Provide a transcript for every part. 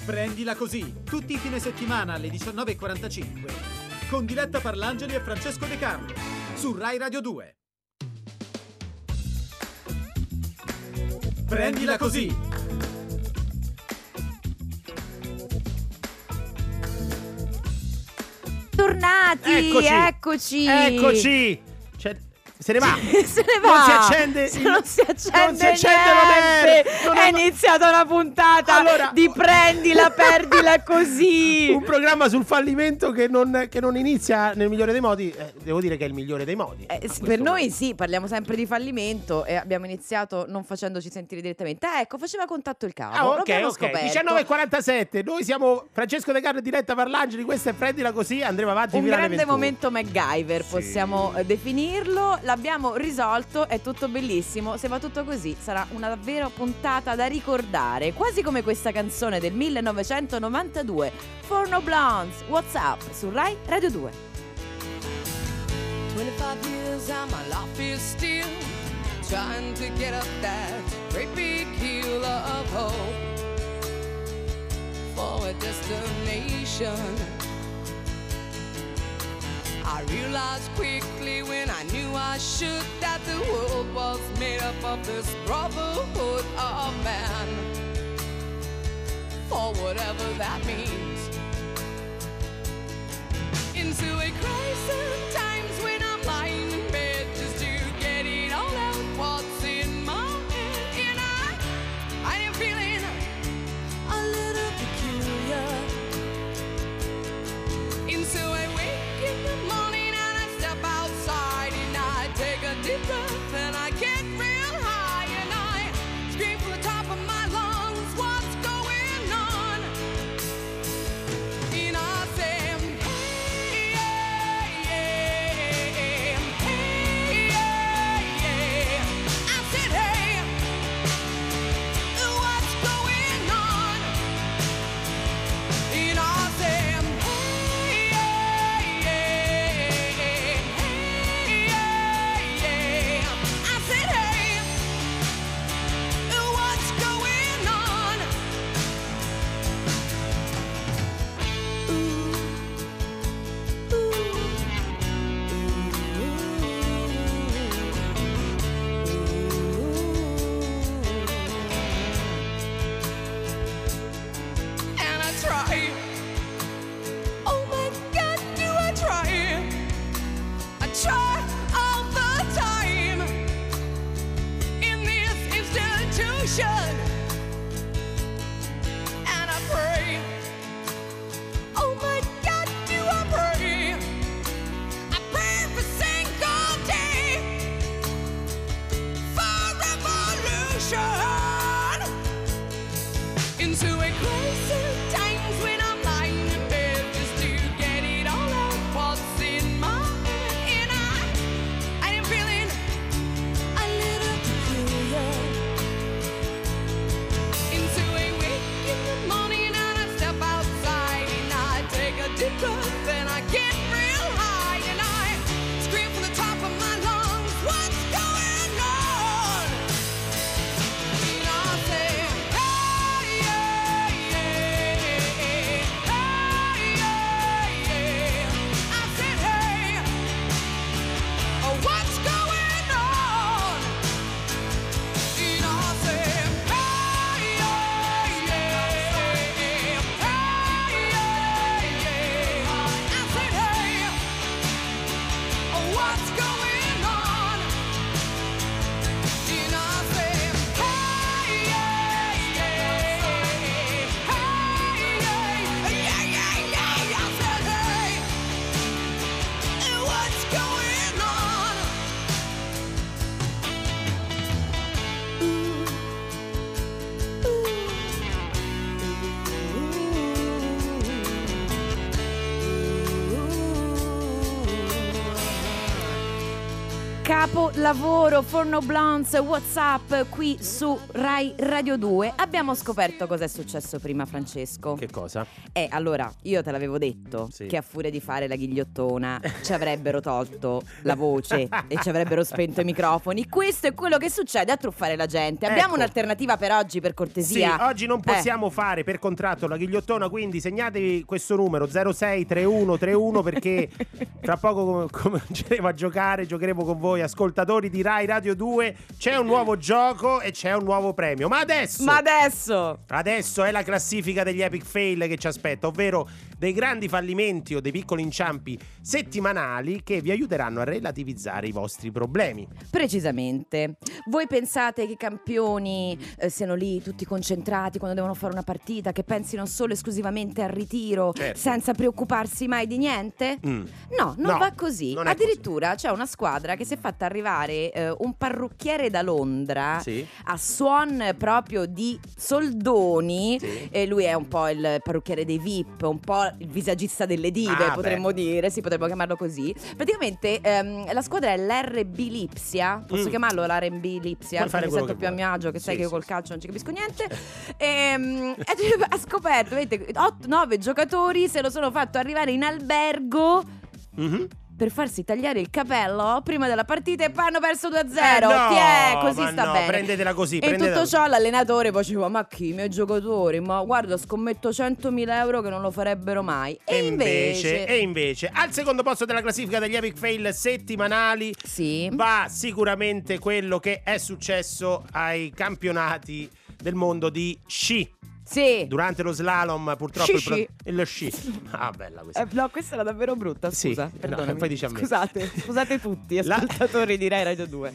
Prendila così, tutti i fine settimana alle 19:45 con Diletta Parlangeli e Francesco De Carlo su Rai Radio 2. Prendila così. Tornati, eccoci. Se ne va. Se ne va. Non si accende. Non si accende niente. È iniziata una puntata di prendila, perdila così. Un programma sul fallimento che non inizia nel migliore dei modi. Devo dire che è il migliore dei modi. Per noi sì, parliamo sempre di fallimento e abbiamo iniziato non facendoci sentire direttamente. Ecco, faceva contatto il capo. Ok. 19:47. Noi siamo Francesco De Carlo e Diletta Parlangeli. Questa è Prendila così. Andremo avanti un fino alle grande 21. momento MacGyver, possiamo definirlo. L'abbiamo risolto, è tutto bellissimo. Se va tutto così sarà una davvero puntata da ricordare, quasi come questa canzone del 1992, For No Blondes, What's Up, su Rai Radio 2. 25 years and my life is still trying to get up that great big hill of hope for a destination. I realized quickly when I knew I should that the world was made up of this brotherhood of man, for whatever that means. Into a crisis times when I'm lying in bed just to get it all out what's in my head, and I am feeling a little peculiar. Into a wake in the morning and I step outside and I take a deep breath and I get real high and I scream from the top of my lungs, what's going on? And I say, hey, hey, hey, hey. I said, hey, what's going on? And I say, and I try. Oh my God, do I try? I try all the time in this institution, and I pray. Oh my God, do I pray? I pray every single day for revolution. Into a crisis times when I'm lying in bed just to get it all out what's in my head, and I am feeling a little peculiar. Into a wake in the morning and I step outside and I take a deep breath and I get real high and I scream from the top of my lungs, what's going on? And I say, hey, hey, hey. capolavoro Forno Blondes, WhatsApp qui su Rai Radio 2. Abbiamo scoperto cosa è successo prima, Francesco. Che cosa? Allora, io te l'avevo detto Sì. che a furia di fare la ghigliottona ci avrebbero tolto la voce e ci avrebbero spento i microfoni. Questo è quello che succede a truffare la gente. Abbiamo Ecco. un'alternativa per oggi, per Sì, cortesia? oggi non possiamo fare per contratto la ghigliottona, quindi segnatevi questo numero 063131 perché tra poco cominceremo a giocare, giocheremo con voi ascoltatori di Rai Radio 2. C'è un nuovo gioco e c'è un nuovo premio. Ma adesso è la classifica degli epic fail che ci aspetta, ovvero dei grandi fallimenti o dei piccoli inciampi settimanali che vi aiuteranno a relativizzare i vostri problemi. Precisamente. Voi pensate che i campioni siano lì tutti concentrati quando devono fare una partita, che pensino solo esclusivamente al ritiro, Certo. senza preoccuparsi mai di niente? No, non va così. non è Addirittura c'è una squadra che si è fatta arrivare un parrucchiere da Londra Sì. a suon proprio di soldoni. Sì. E lui è un po' il parrucchiere dei VIP, un po' il visagista delle dive, Ah, potremmo dire, sì, potremmo chiamarlo così. Praticamente la squadra è l'RB Lipsia. Posso chiamarlo l'RB Lipsia? Puoi fare Mi quello sento che più a vuoi. mio agio, che sai Sì, che io sì, col sì. calcio non ci capisco niente. Ha scoperto, vedete, 8-9 giocatori se lo sono fatto arrivare in albergo Mhm. per farsi tagliare il capello prima della partita e poi hanno perso 2-0. No, Tiè, così ma sta no, bene. prendetela così, E in prendetela tutto ciò l'allenatore faceva: ma chi? I miei giocatori? Ma guarda, scommetto 100.000 euro che non lo farebbero mai. E invece, al secondo posto della classifica degli epic fail settimanali Sì. va sicuramente quello che è successo ai campionati del mondo di sci. Sì. Durante lo slalom, purtroppo Sci. lo sci. Ah, bella questa. No, questa era davvero brutta, Sì, scusa. no, Perdonami. poi dici a me. Scusate tutti, La- ascoltatori di Rai Radio 2.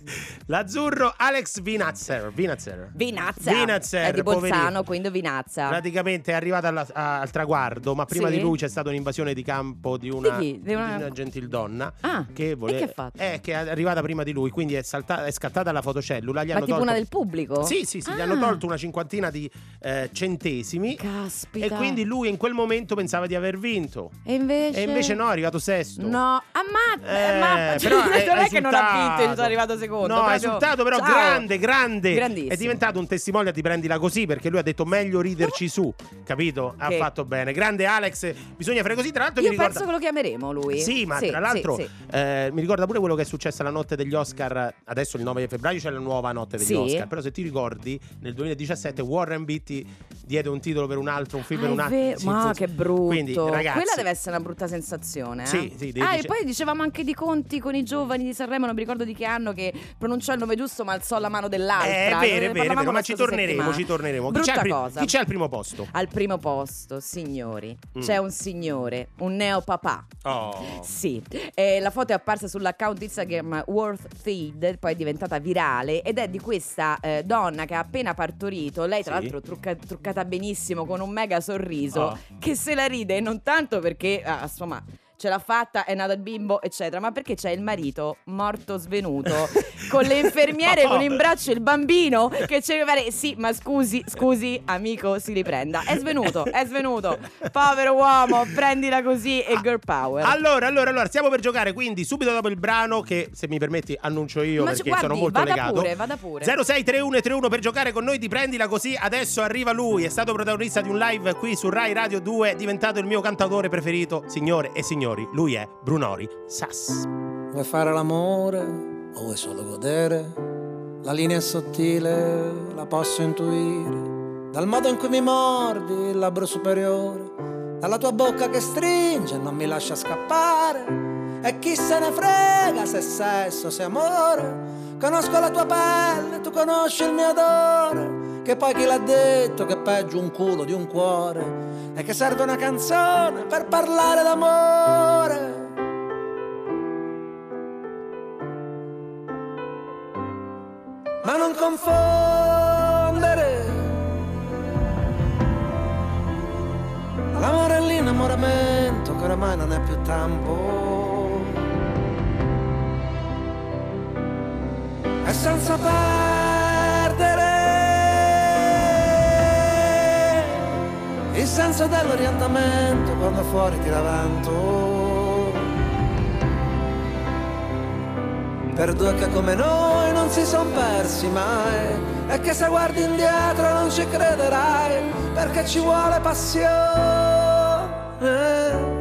L'azzurro Alex Vinazzer. Vinazza. Vinazzer, È di Bolzano, poverino. quindi Vinazza. Praticamente è arrivata al traguardo, ma prima Sì? di lui c'è stata un'invasione di campo di una, Di chi? Di una- di una gentildonna. Ah, che e che ha fatto? che è arrivata prima di lui, quindi è scattata la fotocellula. Gli Ma hanno tipo tolto... una del pubblico? Sì, gli Ah. hanno tolto una cinquantina di centesimi. Caspita. E quindi lui in quel momento pensava di aver vinto. E invece? E invece no, è arrivato sesto. No, ammazza. però non è che non ha esultato. vinto e ci sono arrivato secondo. No, è proprio- risultato però Ciao. grande. Grandissimo. È diventato un testimonial di prendila così, perché lui ha detto meglio riderci su, capito? Ha Che- fatto bene. Grande Alex, bisogna fare così. Tra l'altro Io mi penso ricorda... che lo chiameremo lui. Sì, ma tra l'altro sì. mi ricorda pure quello che è successo la notte degli Oscar. Adesso il 9 febbraio c'è la nuova notte degli Sì. Oscar. Però se ti ricordi, nel 2017 Warren Beatty diede un titolo per un altro, un film per Ah, un è altro. vero. Sì, Ma sì, che sì. brutto. Quindi, ragazzi, Quella deve essere una brutta sensazione. Sì, sì, Ah, dice- e poi dicevamo anche di conti con i giovani di Sanremo. Non mi ricordo di che anno, che pronunciò il nome giusto ma alzò la mano dell'altra. È Ne vero, parlavamo ma la ci scorsa torneremo, settimana. Chi c'è, Brutta cosa. chi c'è al primo posto? Al primo posto, signori, c'è un signore, un neopapà. Oh. Sì, la foto è apparsa sull'account Instagram Worth Feed, poi è diventata virale ed è di questa donna che ha appena partorito. Lei tra Sì. l'altro truccata benissimo con un mega sorriso, Oh. che se la ride non tanto perché insomma ce l'ha fatta, è nato il bimbo eccetera, ma perché c'è il marito morto svenuto con le infermiere con in braccio il bambino che ci deve fare sì, ma scusi amico, si riprenda, è svenuto povero uomo, prendila così e girl power. Allora, stiamo per giocare, quindi subito dopo il brano, che se mi permetti annuncio io Ma perché guardi, sono molto vada legato. vada pure. 063131 per giocare con noi di Prendila Così. Adesso arriva lui, è stato protagonista di un live qui su Rai Radio 2, è diventato il mio cantautore preferito, signore e signori, lui è Brunori Sass. Vuoi fare l'amore o vuoi solo godere? La linea è sottile, la posso intuire. Dal modo in cui mi mordi il labbro superiore, dalla tua bocca che stringe e non mi lascia scappare. E chi se ne frega se sesso, se amore. Conosco la tua pelle, tu conosci il mio odore. Che poi chi l'ha detto che è peggio un culo di un cuore? E che serve una canzone per parlare d'amore. Ma non confondere l'amore e l'innamoramento, che oramai non è più tempo. E senza perdere il senso dell'orientamento quando fuori tira vento. per due che come noi non si son persi mai, e che se guardi indietro non ci crederai, perché ci vuole passione.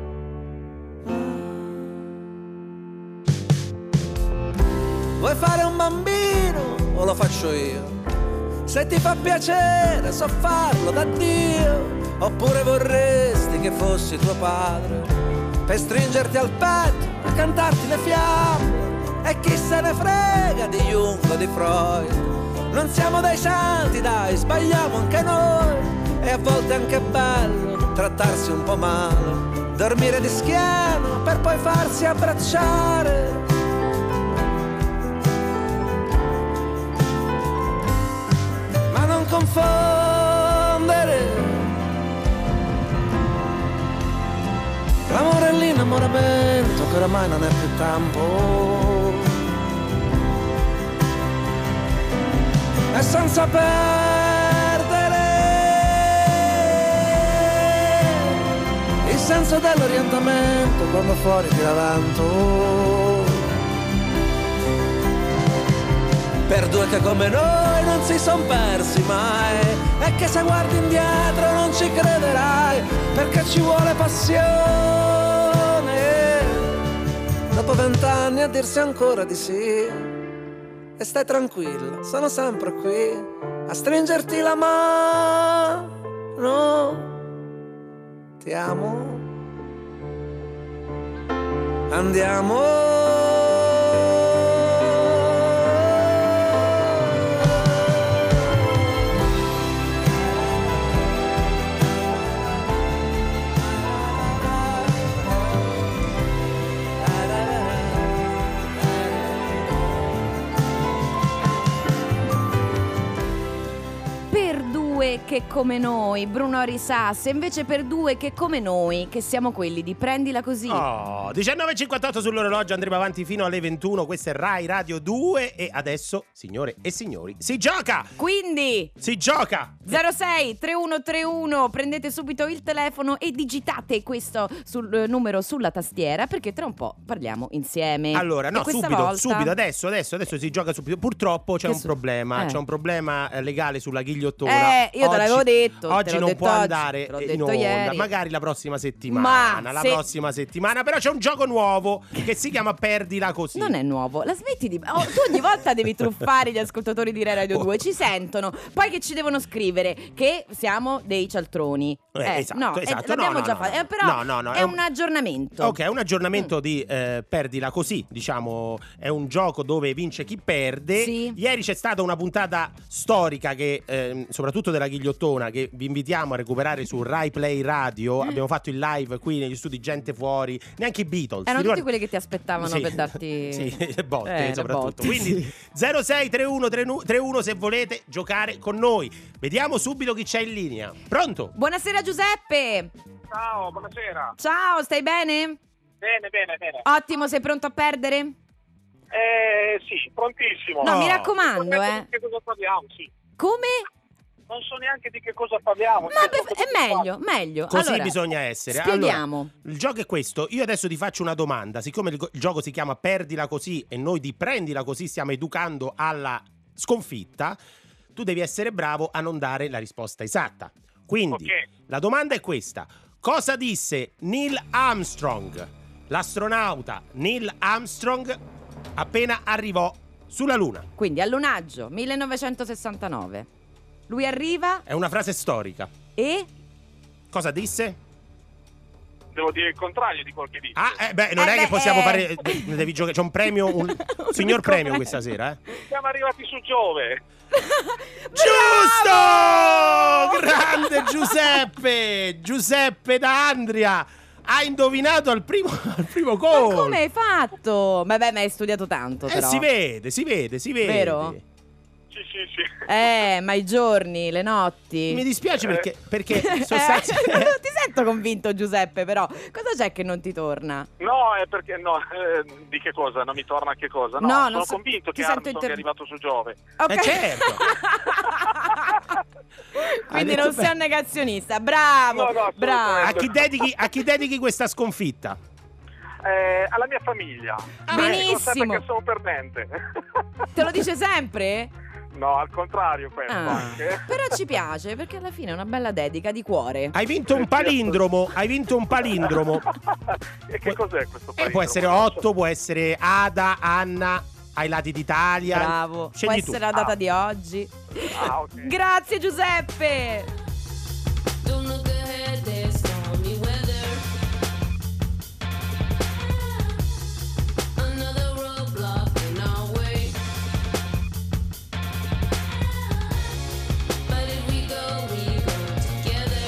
Vuoi fare un bambino o lo faccio io? Se ti fa piacere so farlo da Dio. Oppure vorresti che fossi tuo padre, per stringerti al petto e cantarti le fiamme. E chi se ne frega di Jung o di Freud? Non siamo dei santi, dai, sbagliamo anche noi. E a volte è anche bello trattarsi un po' male, dormire di schiena per poi farsi abbracciare. Ma non confondere l'amore e l'innamoramento, che oramai non è più tempo. E senza perdere il senso dell'orientamento quando fuori tira vento. Per due che come noi non si son persi mai, e che se guardi indietro non ci crederai, perché ci vuole passione. Dopo 20 anni a dirsi ancora di sì. E stai tranquilla, sono sempre qui a stringerti la mano. Ti amo. Andiamo. Che come noi, Bruno Risas, invece per due che come noi, che siamo quelli di Prendila Così. 19.58 sull'orologio, andremo avanti fino alle 21. Questa è Rai Radio 2 e adesso, signore e signori, si gioca! Quindi si gioca! 06 3131, prendete subito il telefono e digitate questo numero sulla tastiera, perché tra un po' parliamo insieme. Allora, no, volta... subito, adesso si gioca subito. Purtroppo c'è un problema, c'è un problema legale sulla ghigliottina. Io te l'avevo detto. Oggi non può andare in onda, ieri. Magari la prossima settimana. Prossima settimana, però c'è un gioco nuovo che si chiama Perdila Così. Non è nuovo, la smetti di... tu ogni volta devi truffare gli ascoltatori di Rai Radio 2, ci sentono, poi che ci devono scrivere che siamo dei cialtroni. Esatto. L'abbiamo già fatto. Però è un aggiornamento. Ok, è un aggiornamento di Perdila Così, diciamo, è un gioco dove vince chi perde. Sì. Ieri c'è stata una puntata storica che soprattutto della ghigliottona, che vi invitiamo a recuperare su Rai Play Radio. Abbiamo fatto il live qui negli studi, gente fuori, neanche i Beatles. Erano tutti quelli che ti aspettavano per darti botte soprattutto. botte, quindi 06 31 31 se volete giocare con noi. Vediamo subito chi c'è in linea. Pronto? Buonasera Giuseppe. Ciao, buonasera. Ciao, stai bene? Bene. Ottimo, sei pronto a perdere? Sì, prontissimo. No, mi raccomando, Non so neanche di che cosa parliamo, sì. Come? Non so neanche di che cosa parliamo. Ma è meglio. Così allora, bisogna essere. Spieghiamo. Allora, il gioco è questo. Io adesso ti faccio una domanda. Siccome il gioco si chiama Perdila Così e noi di Prendila Così stiamo educando alla sconfitta, tu devi essere bravo a non dare la risposta esatta. Quindi la domanda è questa: cosa disse Neil Armstrong, l'astronauta Neil Armstrong, appena arrivò sulla Luna? Quindi allunaggio 1969. Lui arriva. È una frase storica. E? Cosa disse? Devo dire il contrario di quel che dice. Non è che possiamo fare. Devi giocare. C'è un premio, un signor premio questa sera, Siamo arrivati su Giove. Giusto! Grande Giuseppe da Andria. Ha indovinato al primo gol. Ma come hai fatto? Vabbè, ma hai studiato tanto, però. Si vede. Vero? Sì. Ma i giorni, le notti. Mi dispiace perché Ti sento convinto, Giuseppe, però cosa c'è che non ti torna? No, è perché di che cosa? Non mi torna a che cosa? No, sono convinto che Armstrong è arrivato su Giove. Ok. Certo. Quindi non sei un negazionista. Bravo. No, bravo. A chi dedichi questa sconfitta? alla mia famiglia. Benissimo. Che sono perdente. Te lo dice sempre? No, al contrario questo anche. Però ci piace, perché alla fine è una bella dedica di cuore. Hai vinto un palindromo. E che cos'è questo palindromo? Può essere Otto, può essere Ada, Anna, ai lati d'Italia. Bravo. Scegli può essere la data di oggi. Okay. Grazie Giuseppe. Don't look ahead, there's stormy weather. Another roadblock in our way. But if we go together.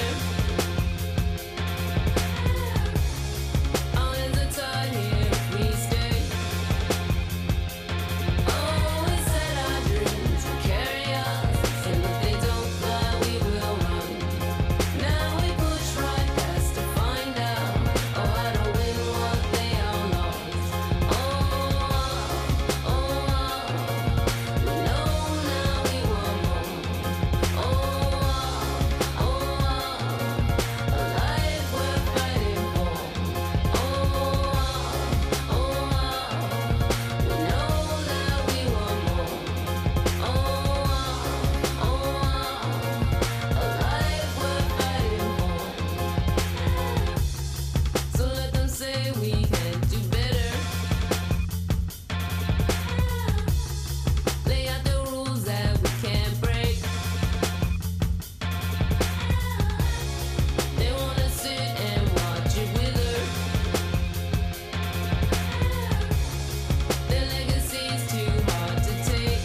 Our hands are tied here if we stay. Oh, we said our dreams will carry us, and if they don't fly, we will run. Now we push right past to find out, oh, how to win what they all lost. Oh, we know now we want more. Oh, a life worth fighting for. We know that we want more. A life worth fighting for. So let them say we can do better. Lay out the rules that we can't break. They wanna sit and watch it wither. Their legacy's too hard to take.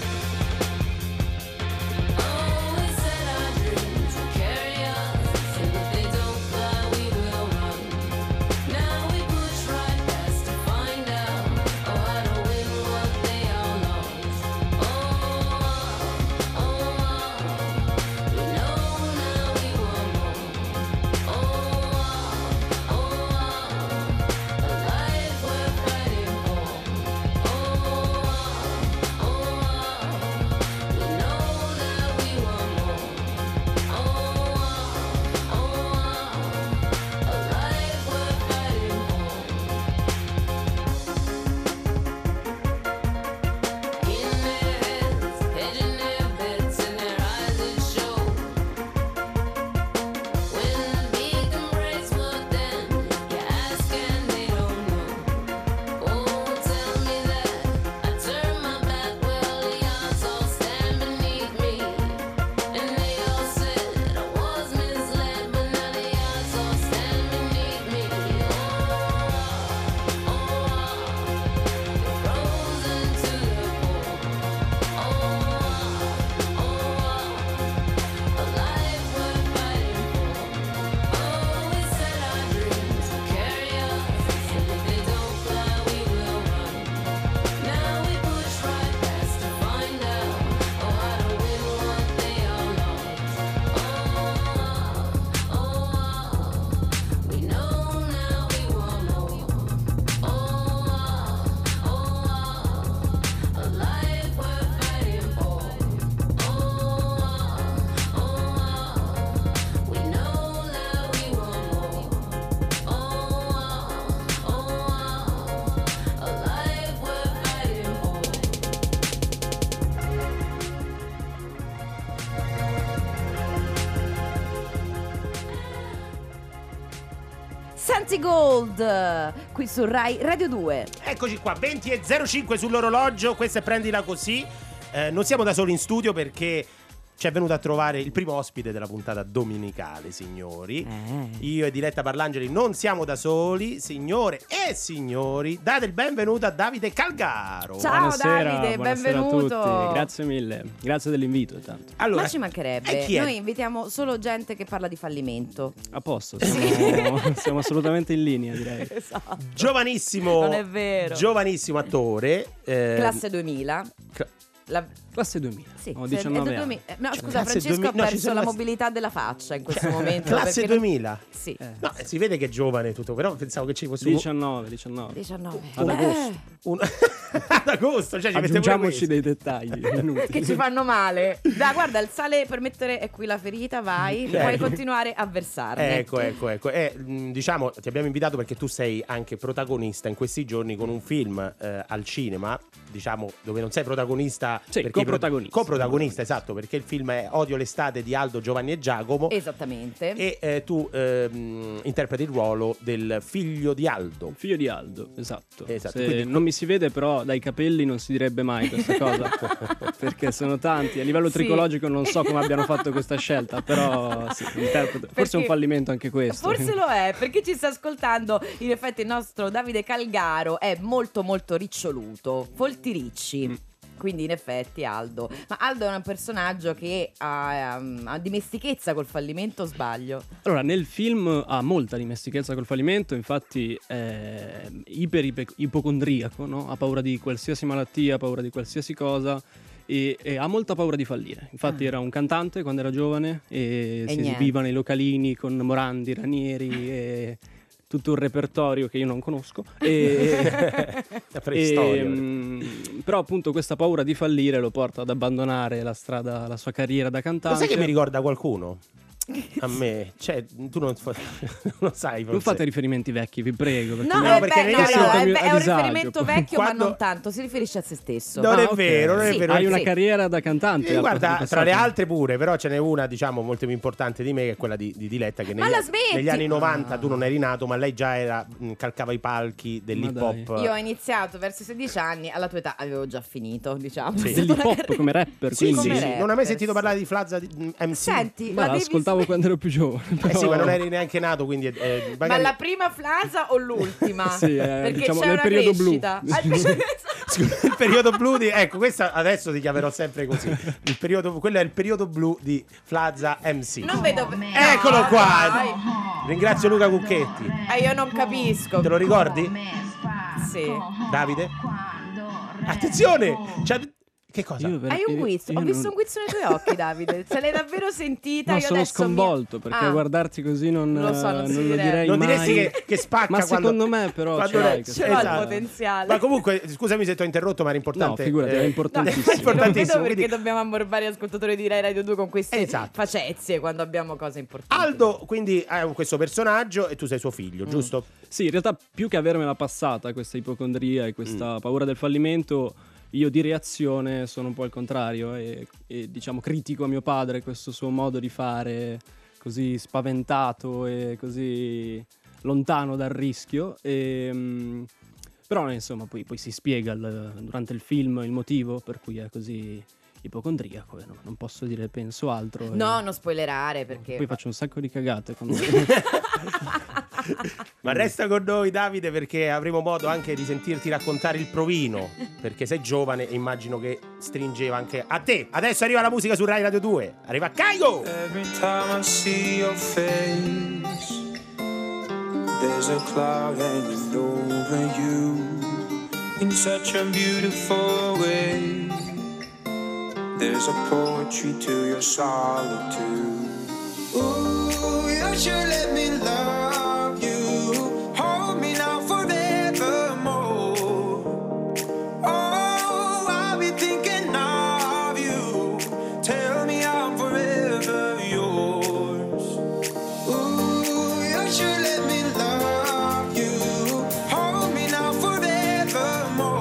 Oh, we said our dreams will carry us, and if they don't fly, we will run. Now we push right past to find out, oh, how to win what they all lost. We know now we want more. A life worth fighting for. We know that we want more. A life worth fighting for. In their heads, hedging their bets, in their eyes it shows. When the beacon breaks, what then? You ask and they don't know. Oh, tell me that I turn my back, well, the odds all stand beneath me. And they all said I was misled, but now the odds all stand beneath me. Frozen to the core. A life worth fighting for. Oh, we said our dreams will carry us, and if they don't fly, we will run. Now we push right past to find out, oh, how to win what they all lost. We know now we want more. A life worth fighting for. We know now we want more. A life worth fighting for. Santi Gold qui su Rai Radio 2. Eccoci qua, 20:05 sull'orologio. Questa è Prendila Così. Non siamo da soli in studio perché ci è venuto a trovare il primo ospite della puntata domenicale, signori. Io e Diletta Parlangeli non siamo da soli, signore e signori. Date il benvenuto a Davide Calgaro. Ciao Buonasera, Davide, buonasera benvenuto. a tutti. Grazie mille, grazie dell'invito intanto. Allora, Ma ci mancherebbe. chi è? Noi invitiamo solo gente che parla di fallimento. A posto, siamo assolutamente in linea, direi. Esatto. giovanissimo, Non è vero. giovanissimo attore. Classe 2000. Classe 2000. Sì, ho 19 anni. No, Cioè, scusa, Francesco ha perso la mobilità della faccia in questo momento. Classe 2000? Sì. No, si vede che è giovane tutto, però pensavo che ci fosse 19. Ad agosto. Ad agosto, cioè ci aggiungiamoci dei dettagli che ci fanno male. Dai, guarda, il sale per mettere è qui la ferita, vai, puoi continuare a versarne. Ecco. Diciamo, ti abbiamo invitato perché tu sei anche protagonista in questi giorni con un film al cinema, diciamo, dove non sei protagonista, sì, coprotagonista, esatto, perché il film è Odio l'estate di Aldo, Giovanni e Giacomo. Esattamente. E tu interpreti il ruolo del figlio di Aldo. Figlio di Aldo, esatto. Quindi non mi si vede, però dai capelli non si direbbe mai questa cosa. Perché sono tanti. A livello tricologico non so come abbiano fatto questa scelta, però sì, interpreto. Forse è un fallimento anche questo. Forse lo è, perché ci sta ascoltando. In effetti il nostro Davide Calgaro è molto molto riccioluto, folti ricci. Quindi in effetti Aldo. Ma Aldo è un personaggio che ha dimestichezza col fallimento, o sbaglio? Allora, nel film ha molta dimestichezza col fallimento, infatti è ipocondriaco, no? Ha paura di qualsiasi malattia, ha paura di qualsiasi cosa e ha molta paura di fallire. Infatti era un cantante quando era giovane e si esibiva nei localini con Morandi, Ranieri e tutto un repertorio che io non conosco però appunto questa paura di fallire lo porta ad abbandonare la sua carriera da cantante. Lo sai che mi ricorda qualcuno? A me, cioè, tu non sai. Non fate riferimenti vecchi, vi prego. Perché è un riferimento vecchio, ma non tanto. Si riferisce a se stesso. Non è vero. Hai una carriera da cantante. Guarda, tra le altre pure, però ce n'è una, diciamo, molto più importante di me, che è quella di Diletta. Che negli anni 90 tu non eri nato, ma lei già calcava i palchi dell'hip hop. Io ho iniziato verso 16 anni, alla tua età avevo già finito, diciamo. Sì. Dell'hip hop come rapper. Sì. Non hai mai sentito parlare di Flazza MC? Senti, ascoltavo quando ero più giovane. Sì, ma non eri neanche nato, quindi magari... Ma la prima Flasa o l'ultima? Sì, perché diciamo c'è nel una periodo crescita. Il periodo blu ecco, questa adesso ti chiamerò sempre così. Quello è il periodo blu di Flazza MC. Non vedo. Eccolo qua. Ringrazio Luca Cucchetti. Io non capisco. Te lo ricordi? Sì. Davide? Attenzione! Che cosa? Hai un guizzo? Ho visto un guizzo nei tuoi occhi, Davide. Se l'hai davvero sentita? No, io sono adesso sconvolto perché a guardarti così non lo so, non lo direi. Non mai. diresti che spacca. Ma secondo me però c'è il potenziale. Ma comunque, scusami se ti ho interrotto, ma era importante. No, figurati, è importantissimo. È importantissimo. Non vedo perché dobbiamo ammorbare gli ascoltatori di Rai Radio 2 con queste facezie quando abbiamo cose importanti. Aldo quindi ha questo personaggio e tu sei suo figlio, giusto? Sì, in realtà più che avermela passata questa ipocondria e questa paura del fallimento, io di reazione sono un po' al contrario e diciamo critico a mio padre questo suo modo di fare così spaventato e così lontano dal rischio però insomma poi si spiega durante il film il motivo per cui è così ipocondriaco e non posso dire penso altro. No, non spoilerare perché poi faccio un sacco di cagate con Ma resta con noi, Davide, perché avremo modo anche di sentirti raccontare il provino, perché sei giovane e immagino che stringeva anche a te. Adesso arriva la musica su Rai Radio 2. Arriva Caigo. Every time I see your face, there's a cloud hanging over you in such a beautiful way. There's a poetry to your solitude. Ooh, you should let me love you. Hold me now forevermore. Oh, I'll be thinking of you. Tell me I'm forever yours. Ooh, you should let me love you. Hold me now forevermore.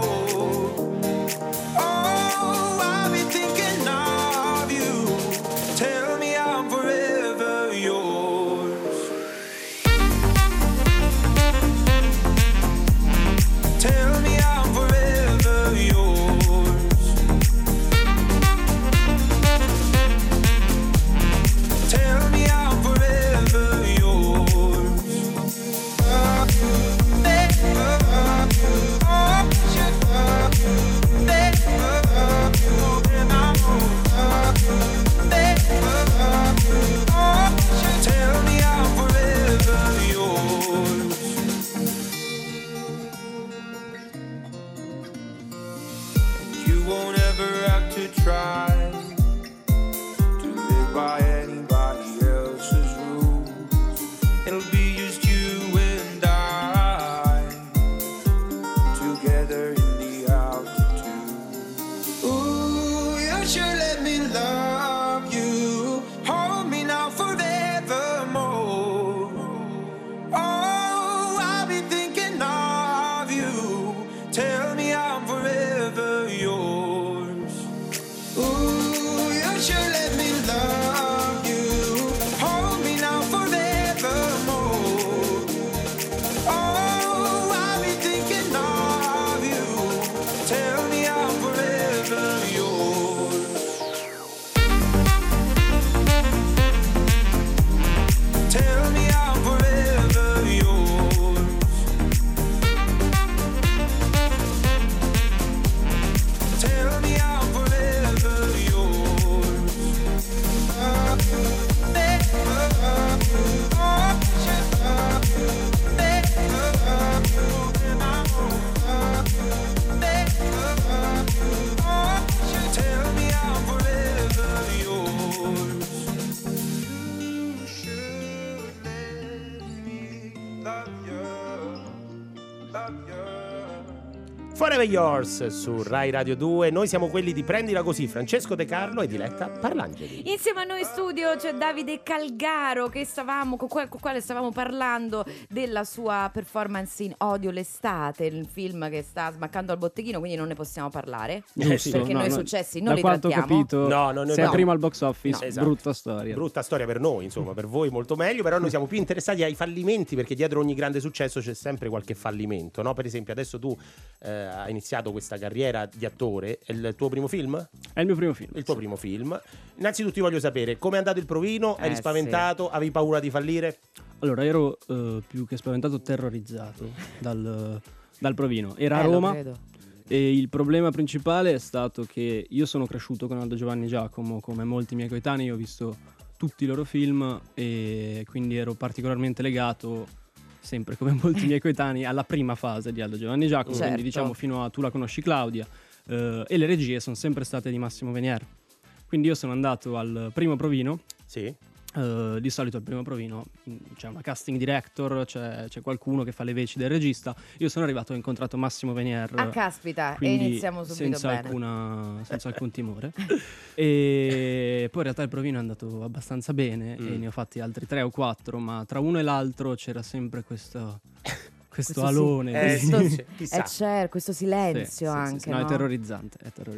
Oh, I'll be thinking of you. Tell me I'm forever yours. it'll be just you and I together in the altitude. Ooh, you should let me love you. Hold me now forevermore. Oh, I'll be thinking of you. Tell me I'm forever yours. Ooh, you should let me love you. Hold me now forevermore. Oh, I'll be thinking of you. Tell me I'm forever yours. Tell me I'm forever yours. Tell me I'm forever yours. Tell me I'm forever yours. You should let me love you, love you. Forever Yours su Rai Radio 2. Noi siamo quelli di Prendila Così, Francesco De Carlo e Diletta Parlangeli. Insieme a noi in studio c'è Davide Calgaro con quale stavamo parlando della sua performance in Odio l'estate, il film che sta smaccando al botteghino, quindi non ne possiamo parlare. Giusto, perché no, noi no. successi non Da li quanto ho trattiamo. capito, sei prima al box office, Esatto. brutta storia. Brutta storia per noi, insomma, per voi molto meglio, però noi siamo più interessati ai fallimenti, perché dietro ogni grande successo c'è sempre qualche fallimento, no? Per esempio adesso tu hai iniziato questa carriera di attore, è il tuo primo film? È il mio primo film. Il tuo primo film. Innanzitutto ti voglio sapere com'è andato il provino, eri sì. spaventato, avevi paura di fallire? Allora, ero più che spaventato, terrorizzato dal provino. Era a Lo Roma credo. e il problema principale è stato che io sono cresciuto con Aldo, Giovanni e Giacomo, come molti miei coetanei, ho visto tutti i loro film e quindi ero particolarmente legato, sempre come molti miei coetanei, alla prima fase di Aldo, Giovanni e Giacomo, Certo. quindi diciamo fino a Tu la conosci Claudia, e le regie sono sempre state di Massimo Venier. Quindi io sono andato al primo provino. Sì. Di solito al primo provino c'è una casting director, c'è qualcuno che fa le veci del regista. Io sono arrivato e ho incontrato Massimo Venier. Ah, caspita, e quindi iniziamo subito bene. senza alcun timore. E poi in realtà il provino è andato abbastanza bene e ne ho fatti altri 3 o 4, ma tra uno e l'altro c'era sempre questo alone. Questo silenzio anche. Sì, no, no? È terrorizzante.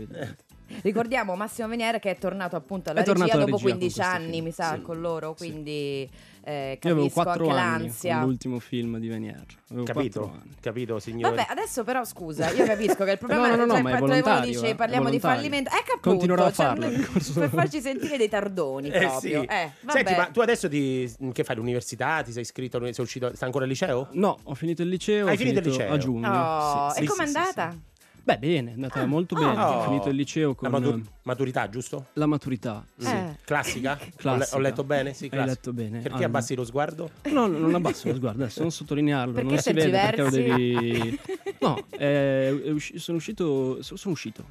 Ricordiamo Massimo Venier che è tornato appunto alla È tornato regia alla dopo regia 15 con questo anni, film, mi sa, sì. con loro, Sì. quindi Io avevo capisco 4 anche anni l'ansia. con l'ultimo film di Venier. Avevo 4 anni. Capito, signore. Vabbè, adesso però scusa, io capisco che il problema No, ma è volontario, dice parliamo di volontario. fallimento. Ecco appunto, Continuerò a farlo. per farci sentire dei tardoni proprio. Sì. Vabbè. Senti, ma tu adesso che fai? L'università? Ti sei iscritto? Sei uscito? Stai ancora al liceo? No, ho finito il liceo. Hai ho finito il liceo? a giugno. Oh, Sì, e sì, com'è sì, andata? sì. Beh, bene, è andata molto bene. Oh. Ho finito il liceo con La maturità, giusto? la maturità. Sì. Classica? Classica. Ho letto bene? Sì, Hai classica. letto bene. Perché abbassi lo sguardo? No, non abbasso lo sguardo, adesso non sottolinearlo, Perché non si vede perché lo tergiversi? devi. No, sono uscito. Sono uscito.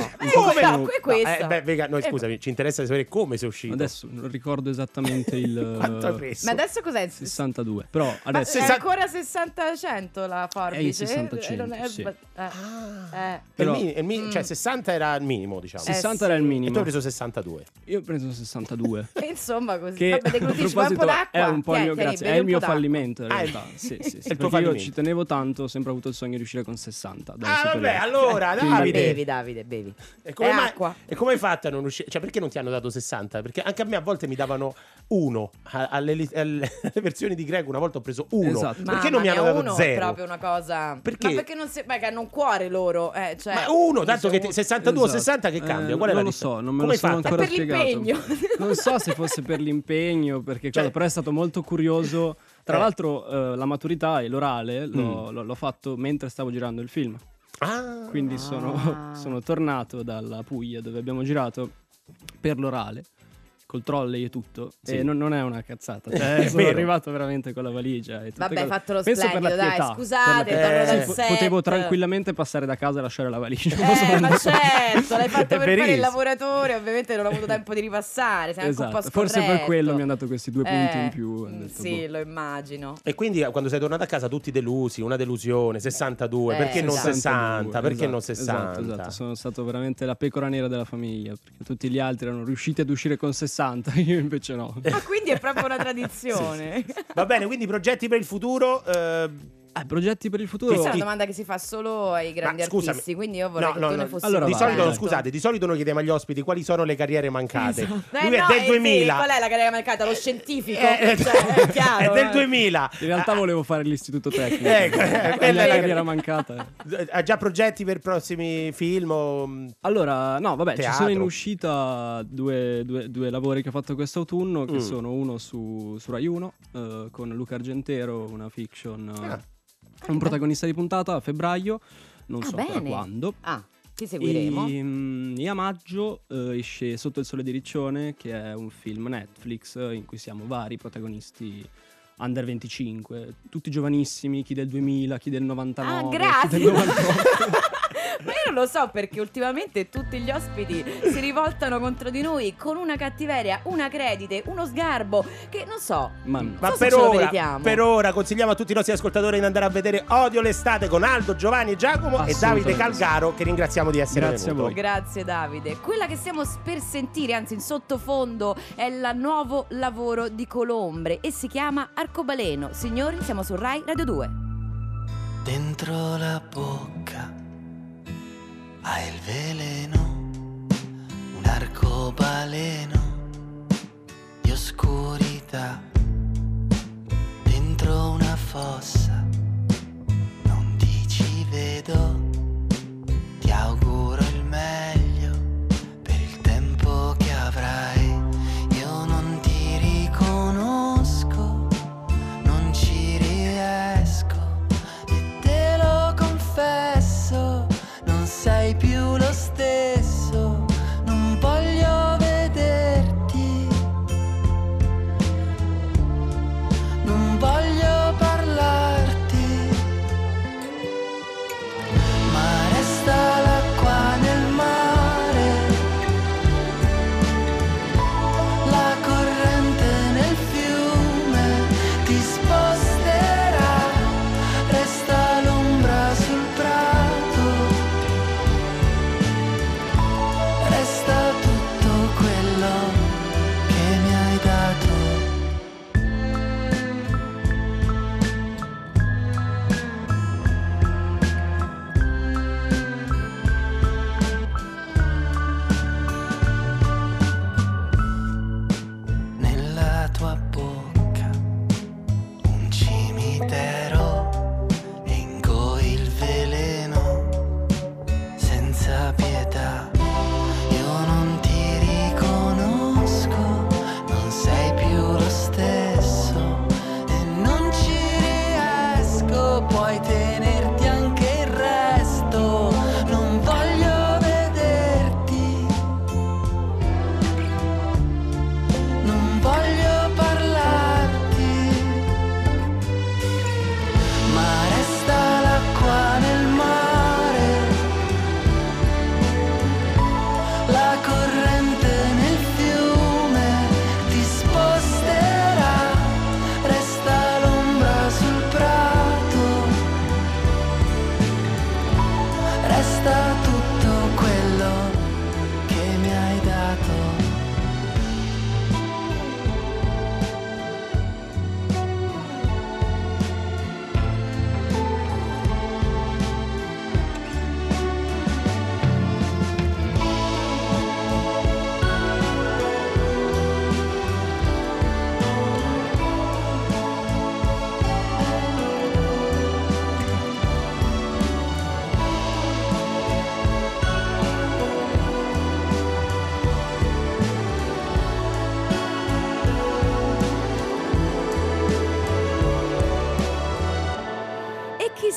Come questo? Noi scusami, ci interessa sapere come sei uscito. Adesso non ricordo esattamente il Quanto hai preso? Ma adesso cos'è? 62. Però Ma adesso è ancora 60-100 la forbice? È il 65, Non è- sì. Però, cioè 60 era il minimo, diciamo. 60 era il E tu minimo. hai preso 62. Io ho preso 62. E insomma così. Che Vabbè, deglutisci, vuoi un po' proposito d'acqua? è un po' il mio, Tieni, grazie, bevi è il un mio po' d'acqua. fallimento in Ah, realtà. Sì, il tuo perché io fallimento. ci tenevo tanto, ho sempre avuto il sogno di uscire con 60. dalle Vabbè, superiori. allora, Quindi- Davide. Bevi. E come, È mai, acqua. e come hai fatto a non uscire? Cioè, perché non ti hanno dato 60? Perché anche a me a volte mi davano 1. Alle versioni di Greco una volta ho preso 1. Esatto. Perché non mi hanno dato 1 è 0? proprio una cosa. Perché? Ma perché non si. Beh, che hanno un cuore loro. Cioè, Ma 1, tanto che 62 o Esatto. 60 che cambia? Qual è non la lo differenza? so, non me Come lo hai sono fatto? ancora Per spiegato. l'impegno. Non so se fosse per l'impegno, perché Cioè- però è stato molto curioso. Tra l'altro la maturità e l'orale l'ho fatto mentre stavo girando il film. Quindi sono tornato dalla Puglia dove abbiamo girato per l'orale col trolley e tutto. Sì. E non è una cazzata. Cioè, sono arrivato veramente con la valigia. E tutte Vabbè, cose. fatto lo Penso per splendido, la dai, pietà, scusate, per la torno pietà. dal set. Potevo tranquillamente passare da casa e lasciare la valigia. Ma certo, l'hai fatto È per fare il verissimo. lavoratore, ovviamente non ho avuto tempo di ripassare, sei anche un po' Esatto. Forse per scorretto. quello mi hanno dato questi 2 punti in più. Ho detto, Sì, boh. lo immagino. E quindi quando sei tornato a casa tutti delusi, una delusione, 62, perché non esatto. 60? Perché non Esatto, 60? esatto. Sono stato veramente la pecora nera della famiglia, perché tutti gli altri erano riusciti ad uscire con 60, io invece no. Ah, quindi è proprio una tradizione. Va bene, quindi progetti per il futuro? Progetti per il futuro? Questa è una domanda che si fa solo ai grandi scusami. artisti, quindi io vorrei che tu ne fossi Allora, Di vai, solito, vai. scusate, di solito noi chiediamo agli ospiti quali sono le carriere mancate. Lui è no, del sì, 2000. qual è la carriera mancata? Lo scientifico? Cioè, è chiaro. È del 2000. In realtà volevo fare l'istituto tecnico. Ecco, Quella quella è è la la carriera mancata. Ha già progetti per prossimi film? Allora, no, vabbè, ci Teatro. sono in uscita due lavori che ho fatto quest'autunno, che sono uno su Rai 1 con Luca Argentero, una fiction, un protagonista di puntata a febbraio, non so ancora bene. quando. Ti seguiremo. E a maggio esce Sotto il sole di Riccione, che è un film Netflix in cui siamo vari protagonisti under 25, tutti giovanissimi, chi del 2000, chi del 99, chi grazie. del 98. Ma io non lo so perché ultimamente tutti gli ospiti si rivoltano contro di noi con una cattiveria, una credite, uno sgarbo che non so. Ma Ma so se per ce lo ora, meritiamo. per ora consigliamo a tutti i nostri ascoltatori di andare a vedere Odio l'estate con Aldo, Giovanni e Giacomo e Davide Assolutamente Calgaro, che ringraziamo di essere Grazie a venuto. voi. Grazie Davide. Quella che stiamo per sentire, anzi in sottofondo, è il nuovo lavoro di Colombre e si chiama Arcobaleno. Signori, siamo su Rai Radio 2. Dentro la bocca hai il veleno, un arcobaleno di oscurità. Dentro una fossa non ti ci vedo. Ti auguro il meglio per il tempo che avrai. Io non ti riconosco, non ci riesco e te lo confesso, non sei più lo stesso, non voglio vederti, non voglio parlarti, ma resta l'acqua nel mare, la corrente nel fiume ti sposterà, resta l'ombra sul prato, resta tutto quello che mi hai dato. Nella tua bocca un cimitero e in goi il veleno senza pietà. Io non ti riconosco, non sei più lo stesso e non ci riesco, puoi tenerti anche il resto, non voglio vederti, non voglio parlarti,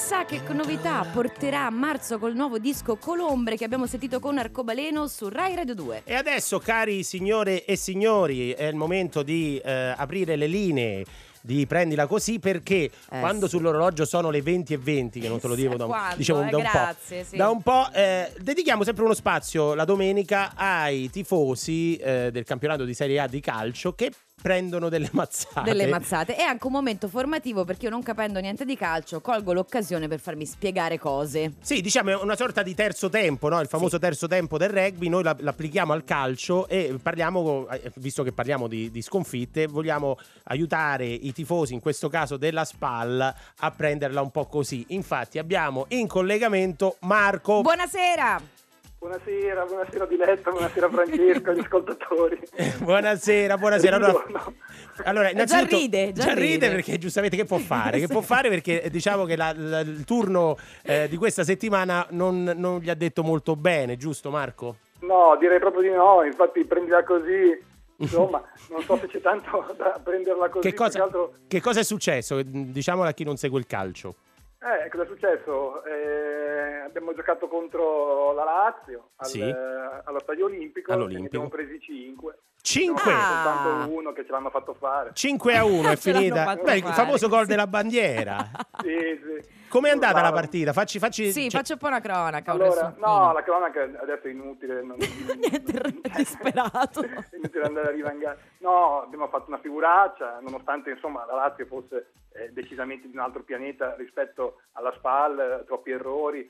chissà che novità porterà a marzo col nuovo disco Colombre che abbiamo sentito con Arcobaleno su Rai Radio 2. E adesso, cari signore e signori, è il momento di aprire le linee di Prendila Così, perché quando sull'orologio sono le 20:20, che non te lo dico da un po', dedichiamo sempre uno spazio la domenica ai tifosi del campionato di Serie A di calcio che prendono delle mazzate. È anche un momento formativo, perché io, non capendo niente di calcio, colgo l'occasione per farmi spiegare cose. Sì, diciamo è una sorta di terzo tempo, no? Il famoso terzo tempo del rugby. Noi l'applichiamo al calcio e parliamo, visto che parliamo di sconfitte, vogliamo aiutare i tifosi, in questo caso della SPAL, a prenderla un po' così. Infatti abbiamo in collegamento Marco. Buonasera Buonasera Diletta, buonasera Francesco, agli ascoltatori. Buonasera. Allora, innanzitutto già ride perché giustamente che può fare? Che può fare, perché diciamo che il turno di questa settimana non gli ha detto molto bene, giusto Marco? No, direi proprio di no, infatti Prendila Così, insomma, non so se c'è tanto da prenderla così. Che cosa è successo? Diciamolo a chi non segue il calcio. Cosa è successo? Abbiamo giocato contro la Lazio allo Stadio Olimpico. Ne abbiamo presi 5. 5? Soltanto uno che ce l'hanno fatto fare. 5-1 è finita. Il famoso gol della bandiera. Sì. Com'è andata la partita? Facci faccio un po' una cronaca. Allora, no, la cronaca adesso è inutile. Niente, disperato. È inutile andare a rivangare. No, abbiamo fatto una figuraccia, nonostante insomma la Lazio fosse decisamente di un altro pianeta rispetto alla SPAL, troppi errori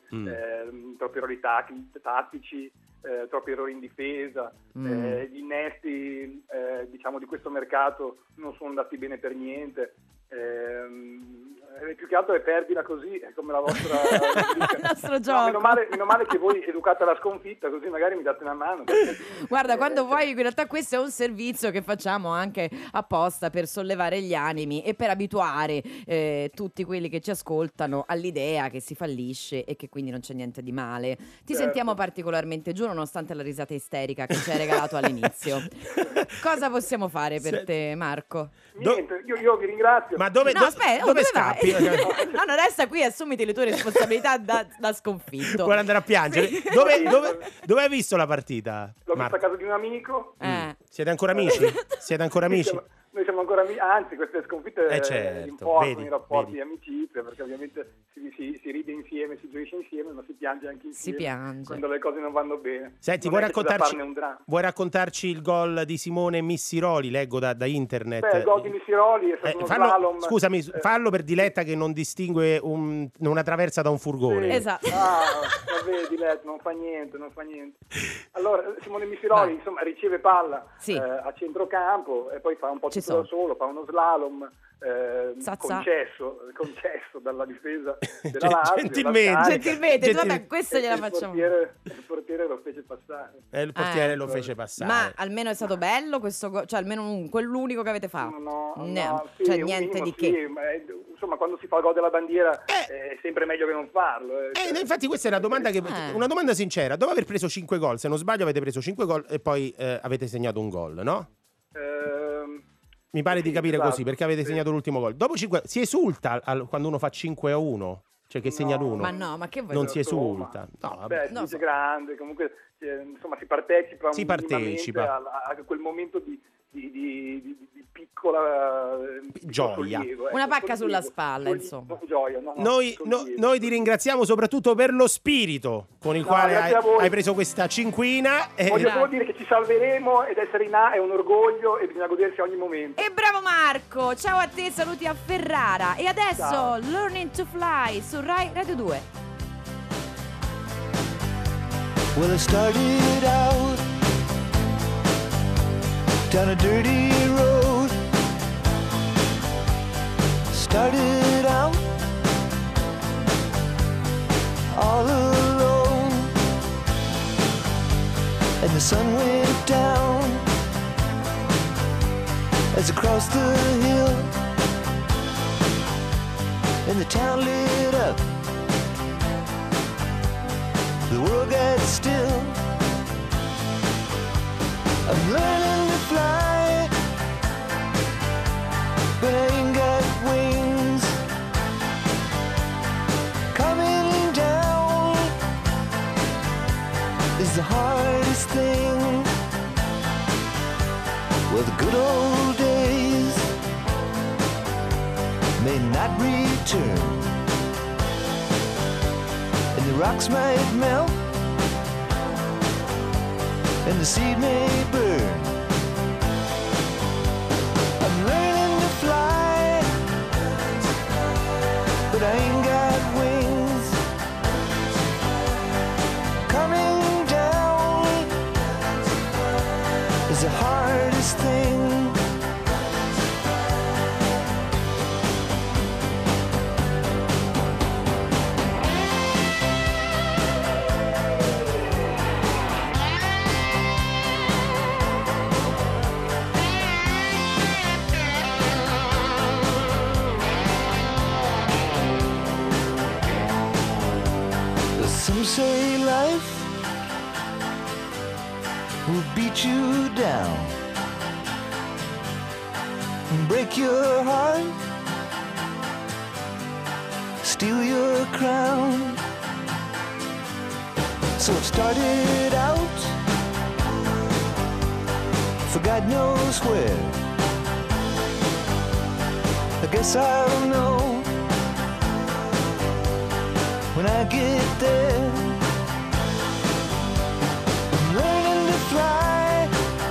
tattici, troppi errori in difesa, gli innesti diciamo di questo mercato non sono andati bene per niente. Più che altro è perdila così, è come la vostra il nostro gioco. Meno male che voi educate alla sconfitta, così magari mi date una mano. Guarda, quando vuoi, in realtà questo è un servizio che facciamo anche apposta per sollevare gli animi e per abituare tutti quelli che ci ascoltano all'idea che si fallisce e che quindi non c'è niente di male. Ti sentiamo particolarmente giù, nonostante la risata isterica che ci hai regalato all'inizio. Cosa possiamo fare per te, Marco? Niente, io vi ringrazio. Ma dove scappi? No, non resta qui, assumiti le tue responsabilità da sconfitto. Vuole andare a piangere. Dove hai visto la partita? L'ho vista a casa di un amico. Siete ancora amici? Noi siamo ancora amici, anzi queste sconfitte rinforzano i rapporti di amicizia, perché ovviamente si ride insieme, si gioisce insieme, ma si piange anche insieme quando le cose non vanno bene. Senti, vuoi raccontarci il gol di Simone Missiroli? Leggo da internet. Il gol di Missiroli è stato uno slalom. Scusami, fallo per Diletta che non distingue una traversa da un furgone. Sì. Esatto. Vabbè, Diletta, non fa niente. Allora, Simone Missiroli insomma riceve palla a centrocampo e poi fa un po' tutto da solo, fa uno slalom concesso dalla difesa della Lazio. Gentilmente, questo gliela facciamo. Il portiere lo fece passare. Il portiere lo fece passare. Ma almeno è stato bello questo gol, cioè almeno quell'unico che avete fatto. No, cioè niente di che. Ma insomma, quando si fa il gol della bandiera è sempre meglio che non farlo. Infatti questa è una domanda una domanda sincera. Dopo aver preso 5 gol, se non sbaglio avete preso 5 gol e poi avete segnato un gol, no? Mi pare di capire così, perché avete segnato l'ultimo gol. Dopo 5 si esulta quando uno fa 5-1, cioè che segna l'uno. Ma che vuoi? Non si esulta. È grande, comunque insomma si partecipa a quel momento di piccola gioia, sollievo, una pacca sulla spalla, insomma. Gioia, noi ti ringraziamo soprattutto per lo spirito con il quale hai preso questa cinquina. Voglio solo dire che ci salveremo ed essere in A è un orgoglio e bisogna godersi ogni momento. E bravo Marco, ciao a te, saluti a Ferrara. E adesso Learning to Fly su Rai Radio 2. Well, I started out down a dirty road. Started out all alone, and the sun went down as I crossed the hill, and the town lit up. The world got still. I'm learning to fly, but I ain't got wings. not return. And the rocks might melt, and the seed may burn. I'm learning to fly, but I ain't got wings. Coming down is the hardest thing. Some say life will beat you down and break your heart, steal your crown. So it started out for God knows where. I guess I'll know when I get there. I'm learning to fly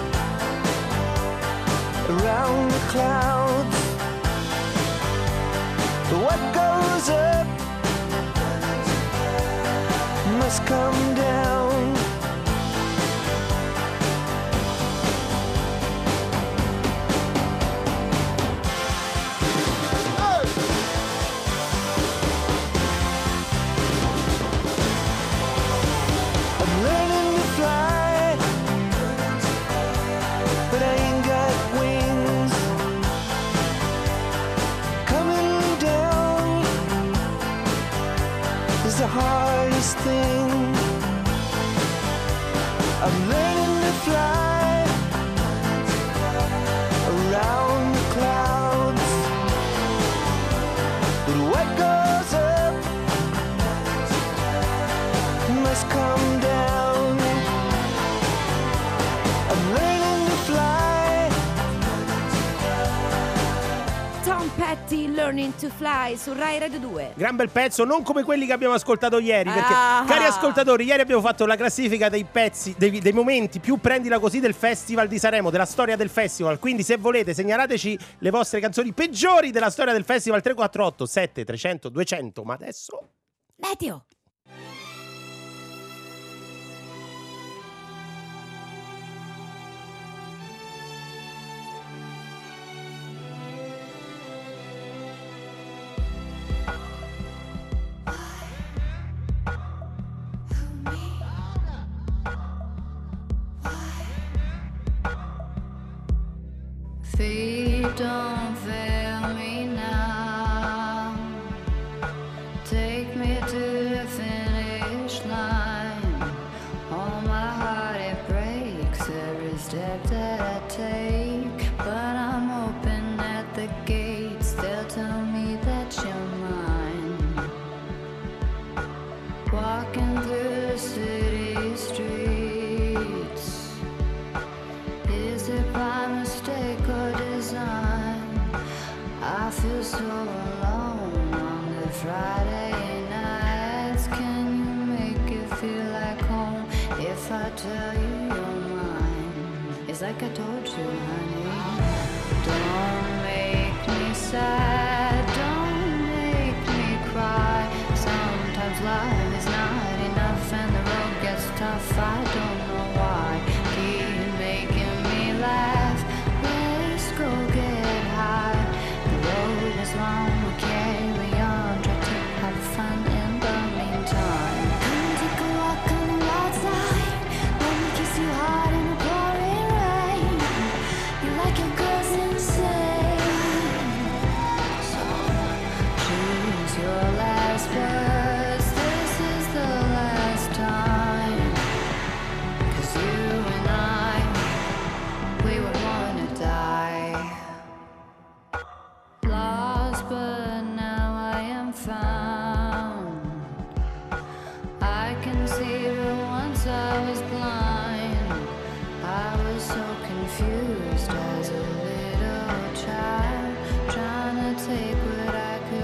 around the clouds. What goes up must come down. The hardest thing. I'm learning to fly around the clouds, but what goes up must come down. I'm learning to fly. Tom Petty, Learning to Fly su Rai Radio 2. Gran bel pezzo, non come quelli che abbiamo ascoltato ieri, perché cari ascoltatori, ieri abbiamo fatto la classifica dei pezzi, dei momenti più prendila così del Festival di Sanremo, della storia del festival. Quindi se volete segnalateci le vostre canzoni peggiori della storia del festival. 348 7300 200. Ma adesso Meteo. Feet don't fail me now. Take me to the finish line. All my heart it breaks every step that I take, but I'm open at the gates. They'll tell me that you're mine. Walking through the city streets, is it by mistake or design? I feel so alone on the Friday nights. Can you make it feel like home if I tell you you're mine? It's like I told you, honey. Don't make me sad, don't make me cry. Sometimes life is not enough and the road gets tough. I don't know why. Keep making me laugh. Let's go get high. The road is long, we'll carry on. Try to have fun in the meantime. Come take a walk on the wild side. Let me kiss you hard in the pouring rain. You like your girls insane. So choose your last words. This is the last time. 'Cause you and I, we were born to die. Lost, but now I am found. I can see, but once I was blind. I was so confused as a little child, trying to take what I could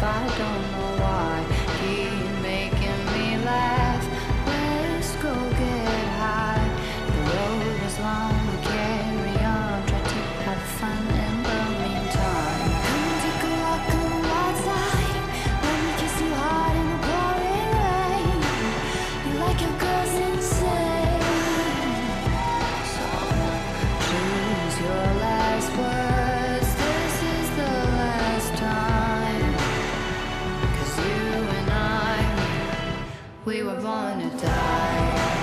I don't know why. Keep making me laugh. Let's go get high. The road is long, but carry on. Try to have fun in the meantime. Come take a walk on the wild side. Let me kiss you hard in the pouring rain. You like your girls insane. So choose your last words. This is the last time. 'Cause you and I, we were born to die.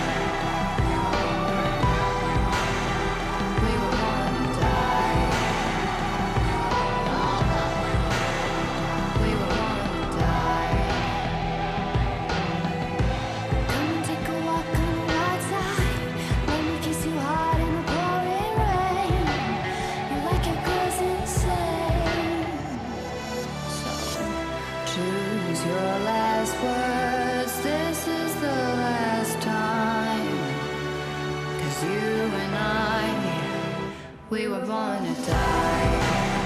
We were born to die. We were born to die. Come and take a walk on the wild side. Let me kiss you hard in the pouring rain. You like your girls insane. So choose your last words. This is the last time. 'Cause you and I, we were born to die.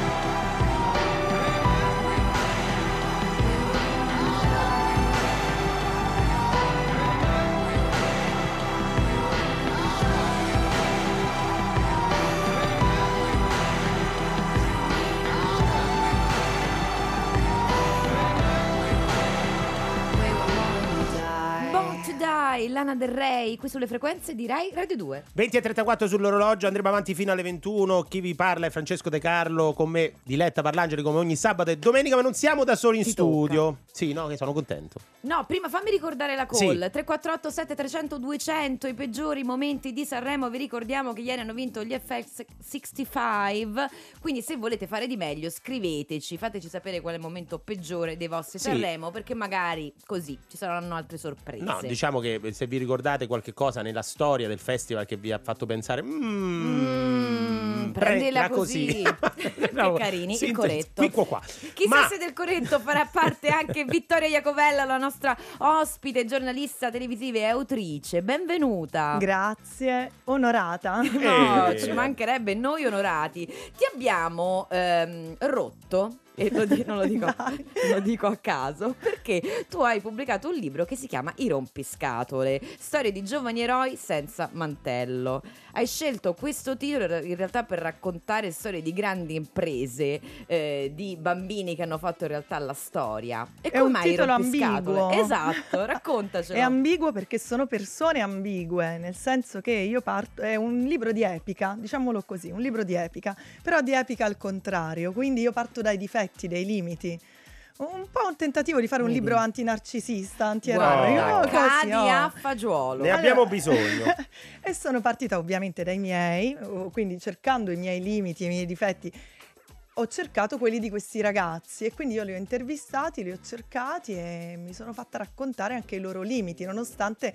Born to Die, Lana Del Rey, qui sulle frequenze di Rai Radio 2. 20:34 sull'orologio, andremo avanti fino alle 21. Chi vi parla è Francesco De Carlo, con me Diletta Parlangeli come ogni sabato e domenica, ma non siamo da soli in studio. Sì, no, che sono contento. No, prima fammi ricordare la call. Sì. 348 7300 200, i peggiori momenti di Sanremo. Vi ricordiamo che ieri hanno vinto gli FX65, quindi se volete fare di meglio scriveteci, fateci sapere qual è il momento peggiore dei vostri Sì. Sanremo, perché magari così ci saranno altre sorprese. No, diciamo che se vi ricordate qualche cosa nella storia del festival che vi ha fatto pensare prendila così. Che carini, il Coretto. Qua. Chissà se del Coretto farà parte anche Vittoria Iacovella, la nostra ospite, giornalista televisiva e autrice. Benvenuta. Grazie, onorata. No, ci mancherebbe, noi onorati. Ti abbiamo rotto. E non lo dico a caso, perché tu hai pubblicato un libro che si chiama I rompiscatole, storie di giovani eroi senza mantello. Hai scelto questo titolo in realtà per raccontare storie di grandi imprese, di bambini che hanno fatto in realtà la storia. E È un come mai titolo I rompiscatole? ambiguo. Esatto, raccontacelo. È ambiguo perché sono persone ambigue, nel senso che io parto, è un libro di epica, diciamolo così, un libro di epica, però di epica al contrario, quindi io parto dai difetti, dei limiti. Un po' un tentativo di fare un libro antinarcisista, antieroe. Guarda, cadi a fagiolo. Ne abbiamo bisogno. E sono partita ovviamente dai miei, quindi cercando i miei limiti, i miei difetti. Ho cercato quelli di questi ragazzi e quindi io li ho intervistati, li ho cercati e mi sono fatta raccontare anche i loro limiti, nonostante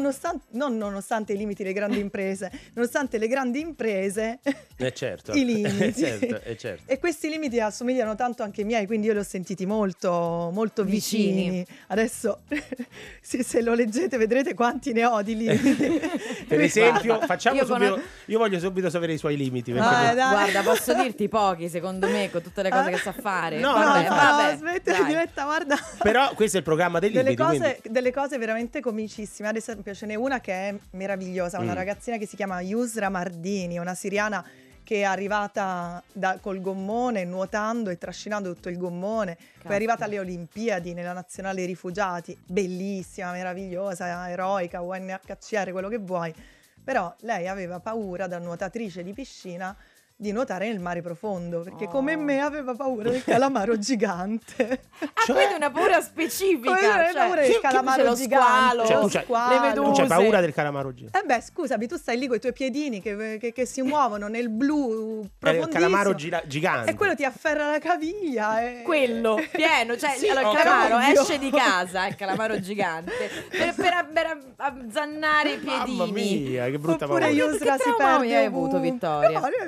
i limiti delle grandi imprese, nonostante le grandi imprese, Certo. i limiti. certo. E questi limiti assomigliano tanto anche ai miei, quindi io li ho sentiti molto, molto vicini. Adesso, se lo leggete, vedrete quanti ne ho di limiti. Per esempio, io voglio subito sapere i suoi limiti. Guarda, posso dirti pochi, secondo me, con tutte le cose che sa fare. No, vabbè, smettila, Diletta, guarda. Però questo è il programma dei limiti. Delle cose veramente comicissime. Ad esempio ce n'è una che è meravigliosa, una ragazzina che si chiama Yusra Mardini, una siriana che è arrivata col gommone, nuotando e trascinando tutto il gommone. Poi è arrivata alle Olimpiadi nella nazionale rifugiati, bellissima, meravigliosa, eroica, UNHCR, quello che vuoi. Però lei aveva paura, da nuotatrice di piscina, di nuotare nel mare profondo, perché come me aveva paura del calamaro gigante. Quindi una paura specifica. Paura del calamaro gigante. Le meduse. Tu c'hai paura del calamaro gigante? Scusami, tu stai lì con i tuoi piedini che si muovono nel blu profondissimo. Il calamaro gigante. E quello ti afferra la caviglia. Quello, pieno. Cioè, allora, il calamaro esce di casa, il calamaro gigante, per azzannare i piedini. Mamma mia, che brutta Oppure paura. Yusra Che si trauma perde hai avuto, Vittoria? No, sto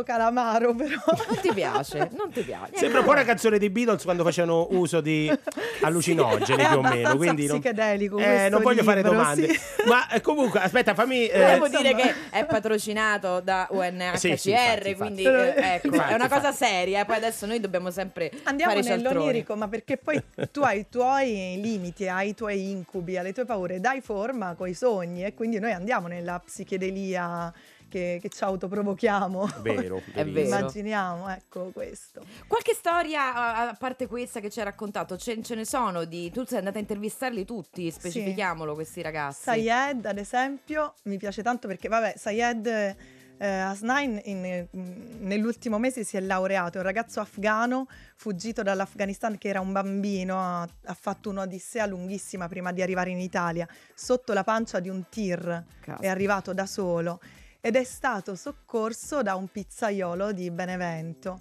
calamaro, però. Non ti piace? Sembra un po' una canzone dei Beatles quando facevano uso di allucinogeni più o meno, quindi psichedelico non voglio fare libro, domande. sì. Ma comunque, aspetta, fammi devo dire che è patrocinato da UNHCR, sì, infatti. quindi ecco, è una cosa seria. Poi adesso noi dobbiamo sempre andiamo fare nell'onirico, ma perché poi tu hai i tuoi limiti, hai i tuoi incubi, alle tue paure, dai forma coi sogni, e quindi noi andiamo nella psichedelia che ci autoprovochiamo. Vero, è vero. Immaginiamo, ecco questo. Qualche storia, a parte questa che ci hai raccontato, ce ne sono tu sei andata a intervistarli tutti, specifichiamolo, questi ragazzi. Sayed, ad esempio, mi piace tanto perché, vabbè, Sayed Hasnain nell'ultimo mese si è laureato, è un ragazzo afghano fuggito dall'Afghanistan che era un bambino, ha fatto un'odissea lunghissima prima di arrivare in Italia, sotto la pancia di un tir, è arrivato da solo ed è stato soccorso da un pizzaiolo di Benevento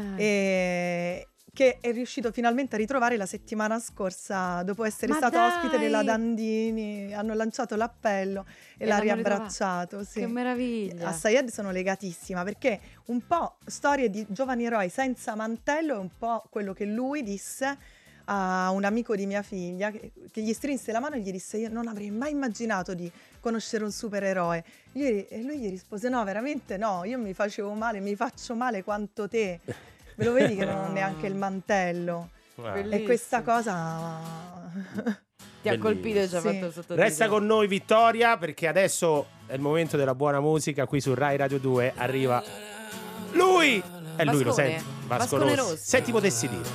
che è riuscito finalmente a ritrovare la settimana scorsa dopo essere stato ospite della Dandini. Hanno lanciato l'appello e l'ha riabbracciato. Sì. Che meraviglia! A Sayed sono legatissima perché un po' storie di giovani eroi senza mantello è un po' quello che lui disse a un amico di mia figlia che gli strinse la mano e gli disse: io non avrei mai immaginato di conoscere un supereroe. E lui gli rispose: no, veramente no, io mi facevo male, mi faccio male quanto te. Ve lo vedi che non ho neanche il mantello? E questa cosa ti ha colpito e ci ha fatto sottoridere. Resta con noi Vittoria, perché adesso è il momento della buona musica. Qui su Rai Radio 2 arriva lui. È lui, lo senti? Vascone Rossi. Se ti potessi dire.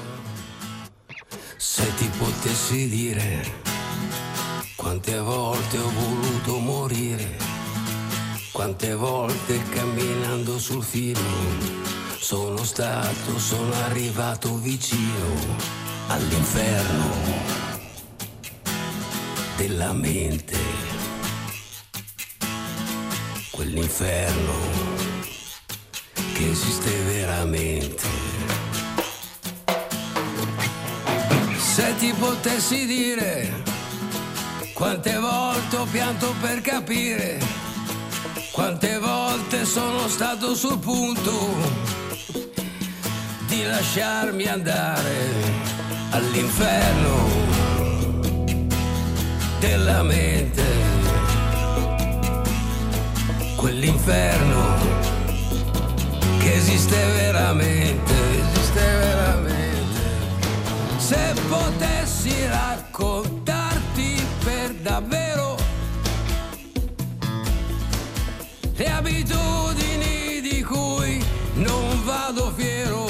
Se ti potessi dire quante volte ho voluto morire, quante volte camminando sul filo sono arrivato vicino all'inferno della mente, quell'inferno che esiste veramente. Se ti potessi dire quante volte ho pianto per capire, quante volte sono stato sul punto di lasciarmi andare all'inferno della mente, quell'inferno che esiste veramente, Se potessi raccontarti per davvero le abitudini di cui non vado fiero,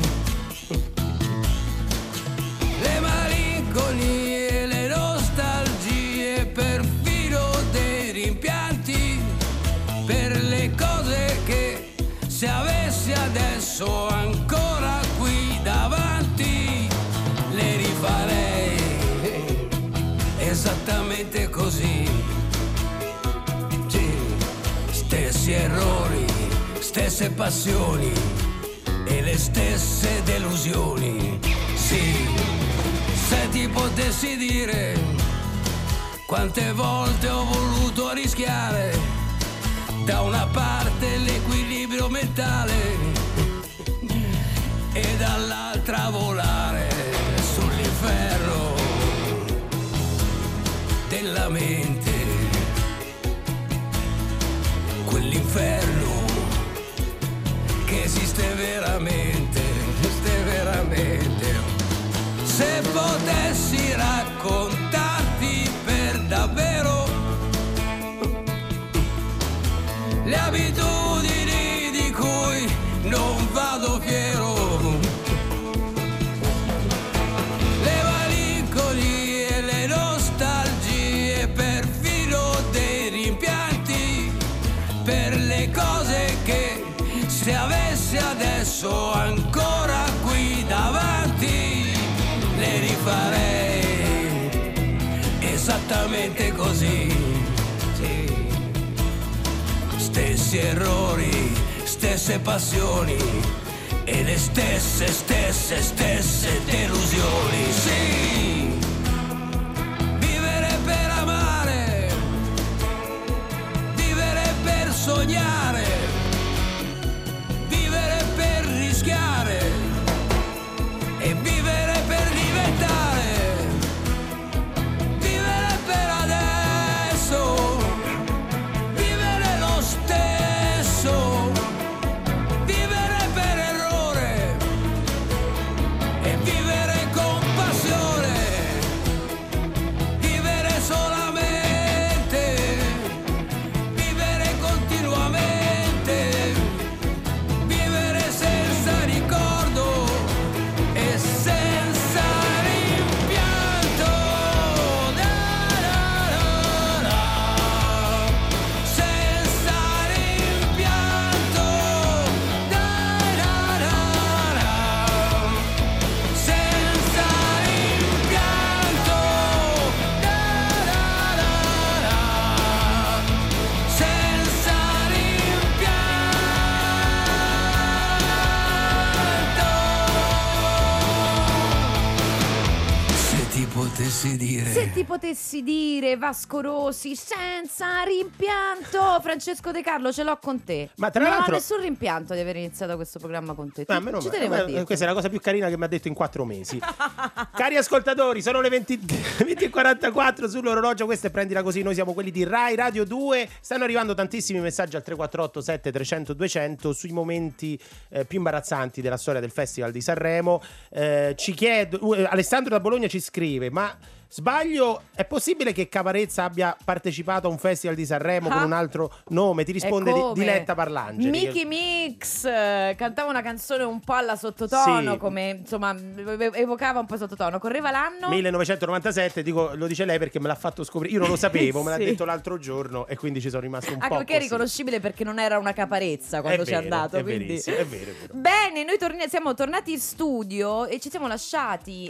le malinconie, le nostalgie, perfino dei rimpianti per le cose che se avessi adesso ancora qui davanti le rifarei esattamente così. Sì, stessi errori, stesse passioni e le stesse delusioni. Sì, se ti potessi dire quante volte ho voluto rischiare da una parte l'equilibrio mentale e dall'altra volare sull'inferno della mente, quell'inferno che esiste veramente, Se potessi raccontarti per davvero le abitudini di cui non vado fiero, le malinconie, le nostalgie, perfino dei rimpianti per le cose che se avessi adesso ancora qui davanti le rifarei esattamente così. Sì. Stessi errori, stesse passioni e le stesse delusioni. Sì, vivere per amare, vivere per sognare, vivere Se ti potessi dire Vasco Rossi senza rimpianto. Francesco De Carlo, ce l'ho con te. Ma tra non l'altro ho nessun rimpianto di aver iniziato questo programma con te. Ci tenevo a dire. Questa è la cosa più carina che mi ha detto in 4 mesi. Cari ascoltatori, sono le 20:44 sull'orologio. Questa è Prendila Così. Noi siamo quelli di Rai Radio 2. Stanno arrivando tantissimi messaggi al 348 7300 200 sui momenti più imbarazzanti della storia del Festival di Sanremo. Ci chiedo, Alessandro da Bologna ci scrive: ma sbaglio, è possibile che Caparezza abbia partecipato a un festival di Sanremo con un altro nome? Ti risponde Diletta Parlangeli. Mickey Mix cantava una canzone un po' alla sottotono, sì, come insomma evocava un po' sottotono. Correva l'anno 1997, dico, lo dice lei perché me l'ha fatto scoprire. Io non lo sapevo, me l'ha detto l'altro giorno e quindi ci sono rimasto un po' perché è riconoscibile perché non era una Caparezza quando ci è andato. È quindi... verissimo, è vero. Bene, noi siamo tornati in studio e ci siamo lasciati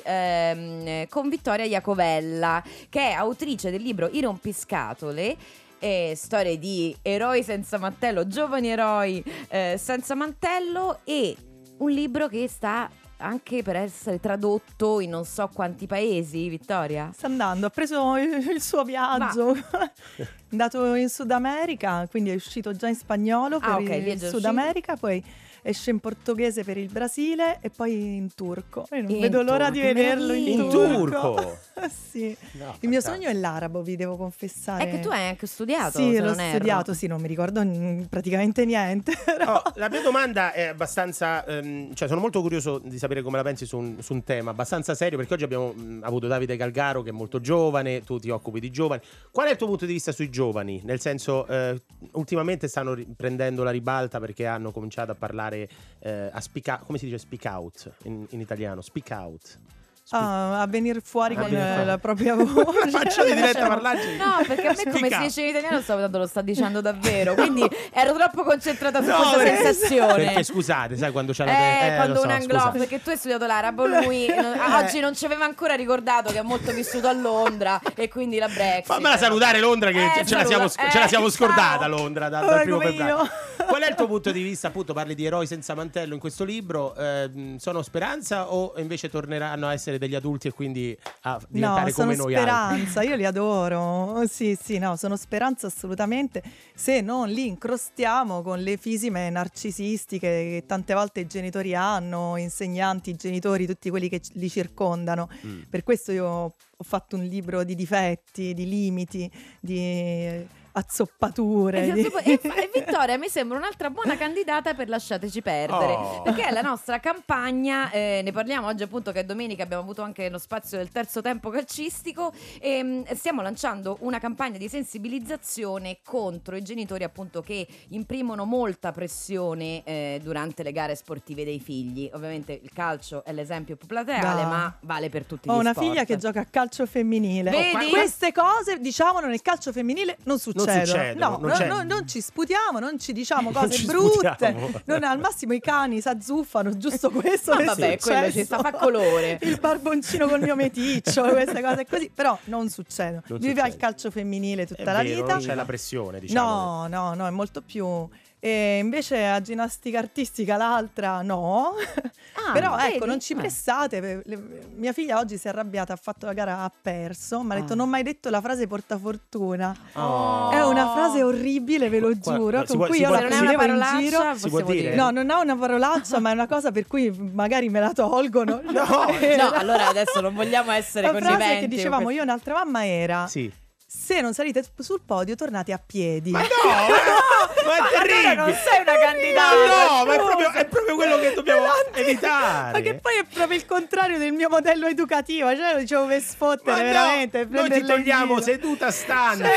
con Vittoria Iacovella, che è autrice del libro I rompiscatole, storie di eroi senza mantello, giovani eroi senza mantello, e un libro che sta anche per essere tradotto in non so quanti paesi. Vittoria? Sta andando, ha preso il suo viaggio. È andato in Sud America, quindi è uscito già in spagnolo per il Sud America, poi esce in portoghese per il Brasile e poi in turco. Io non vedo l'ora di vederlo in turco. Sì. No, il mio sogno è l'arabo, vi devo confessare. È che tu hai anche studiato. Sì, l'ho studiato, sì, non mi ricordo praticamente niente. Però... la mia domanda è abbastanza cioè sono molto curioso di sapere come la pensi su un tema abbastanza serio, perché oggi abbiamo avuto Davide Galgaro, che è molto giovane, tu ti occupi di giovani. Qual è il tuo punto di vista sui giovani? Nel senso, ultimamente stanno prendendo la ribalta perché hanno cominciato a parlare a come si dice speak out in italiano? Speak out. A venire fuori con la propria voce. Faccio di Diletta Parlangeli. No, perché a me come si dice in italiano stavo dando, lo sta dicendo davvero. Quindi ero troppo concentrata su questa sensazione. Perché scusate, sai quando c'è quando un anglofono, perché tu hai studiato l'arabo, lui oggi non ci aveva ancora ricordato che è molto vissuto a Londra e quindi la Brexit. Fammela salutare Londra, che ce la siamo scordata Londra dal primo febbraio. Qual è il tuo punto di vista? Appunto, parli di eroi senza mantello in questo libro. Sono speranza o invece torneranno a essere degli adulti e quindi a diventare come noi altri? No, sono speranza, io li adoro. Sì, no, sono speranza assolutamente. Se non li incrostiamo con le fisime narcisistiche che tante volte i genitori hanno, insegnanti, genitori, tutti quelli che li circondano. Per questo io ho fatto un libro di difetti, di limiti, di azzoppature. E Vittoria mi sembra un'altra buona candidata per Lasciateci perdere, perché è la nostra campagna, ne parliamo oggi appunto che è domenica, abbiamo avuto anche lo spazio del terzo tempo calcistico e stiamo lanciando una campagna di sensibilizzazione contro i genitori appunto che imprimono molta pressione durante le gare sportive dei figli. Ovviamente il calcio è l'esempio più plateale, ma vale per tutti gli sport. Ho una figlia che gioca a calcio femminile. Vedi? Queste cose, diciamolo, nel calcio femminile non succedono. Non ci sputiamo, non ci diciamo cose brutte. Al massimo i cani si azzuffano, giusto questo. Vabbè, quello ci sta, fa colore. Il barboncino col mio meticcio, queste cose così. Però non succedono. Vive al calcio femminile tutta la vita. Non c'è la pressione, diciamo. No, è molto più... E invece a ginnastica artistica l'altra no. Però ecco, non ci pressate. Mia figlia oggi si è arrabbiata, ha fatto la gara, ha perso, mi ha detto non mi hai detto la frase portafortuna. È una frase orribile, ve lo giuro, con cui io la prendevo in giro. Si può dire? No, non è una parolaccia, ma è una cosa per cui magari me la tolgono. No, allora adesso non vogliamo essere conniventi. La frase che dicevamo io e un'altra mamma era: sì, se non salite sul podio tornate a piedi. Ma no, ma è terribile. Allora non sei una candidata. No, ma è proprio quello che dobbiamo evitare. Ma che poi è proprio il contrario del mio modello educativo. Cioè lo dicevo per sfottere, veramente. Noi ti togliamo seduta stante.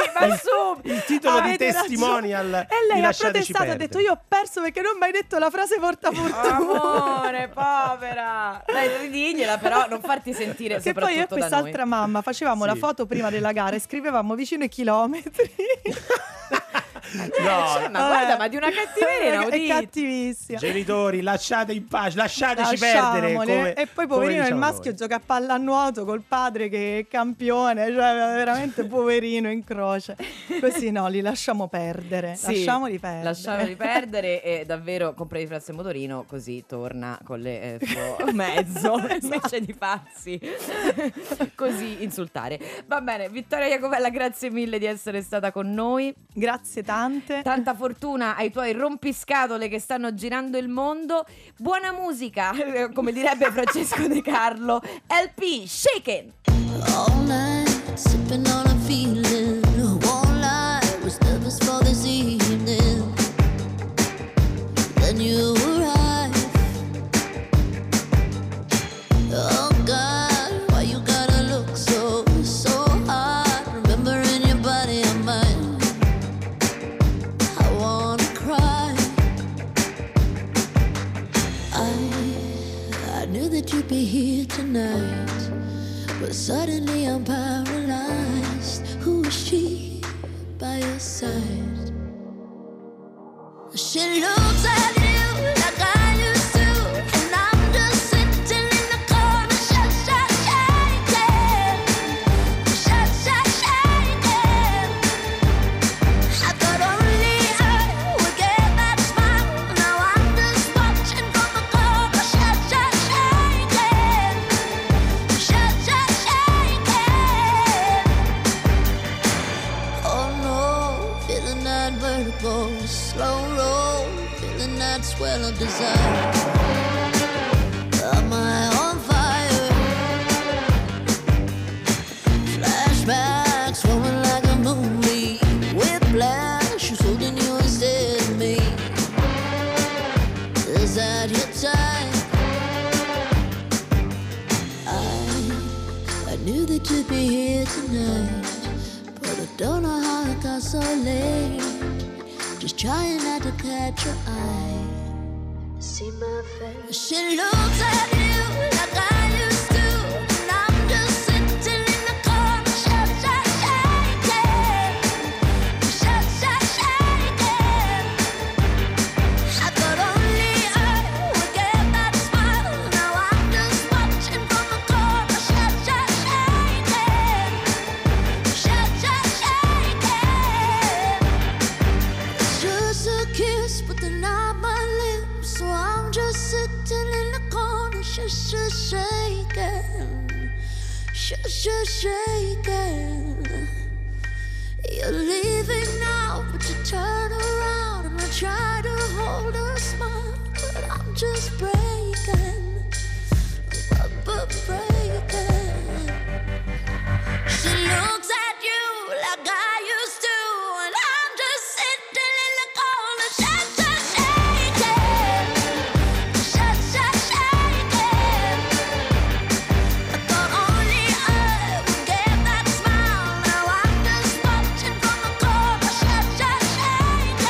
Il titolo di testimonial. E lei ha protestato, ha detto io ho perso perché non mi hai detto la frase portafortuna. Amore, povera. Dai, ridigliela, però non farti sentire che poi io e quest'altra mamma facevamo la foto prima della gara e scrivevamo vicino ai chilometri. No, ma guarda, ma di una cattiveria è cattivissima. Genitori, lasciate in pace, lasciateci perdere. E poi poverino il maschio gioca a pallanuoto col padre che è campione, cioè veramente poverino in croce. Così no, li lasciamo perdere. Sì, lasciamoli perdere e davvero comprare di frassa e motorino, così torna con le suo mezzo invece di farsi così insultare. Va bene, Vittoria Iacovella, grazie mille di essere stata con noi. Grazie tante. Tanta fortuna ai tuoi rompiscatole che stanno girando il mondo. Buona musica, come direbbe Francesco De Carlo. LP Shaken. All night, sipping on a feeling. Won't lie, was nervous for this evening. Then you arrived. Oh God, why you gotta look so hard? Remembering your body and mine. I wanna cry. I knew that you'd be here tonight, but suddenly I'm paralyzed. Who is she by your side? She looks at you like I used to, and I'm just sitting in the corner, shaking. I thought only I would get that smile. Now I'm just watching from the corner, oh no, feeling that vertigo, slow roll, feeling that swell of desire. Am I on fire? Flashbacks rolling like a movie. Whiplash, who's holding you instead of me? Is that your time? I knew that you'd be here tonight, but I don't know how it got so late. Just trying not to catch your eye. See my face. She looks at you like I used to, and I'm just sitting in the corner, shaking. I thought only I would get that smile. Now I'm just watching from the corner, It's just a kiss, but they're not my lips, so I'm just sitting in the corner, shaking. You're leaving now, but you turn around and I try to hold a smile, but I'm just breaking, breaking. She looks at you like I used to, and I'm just sitting in the corner, shaking. I thought only I would get that smile. Now I'm just watching from the corner, shaking.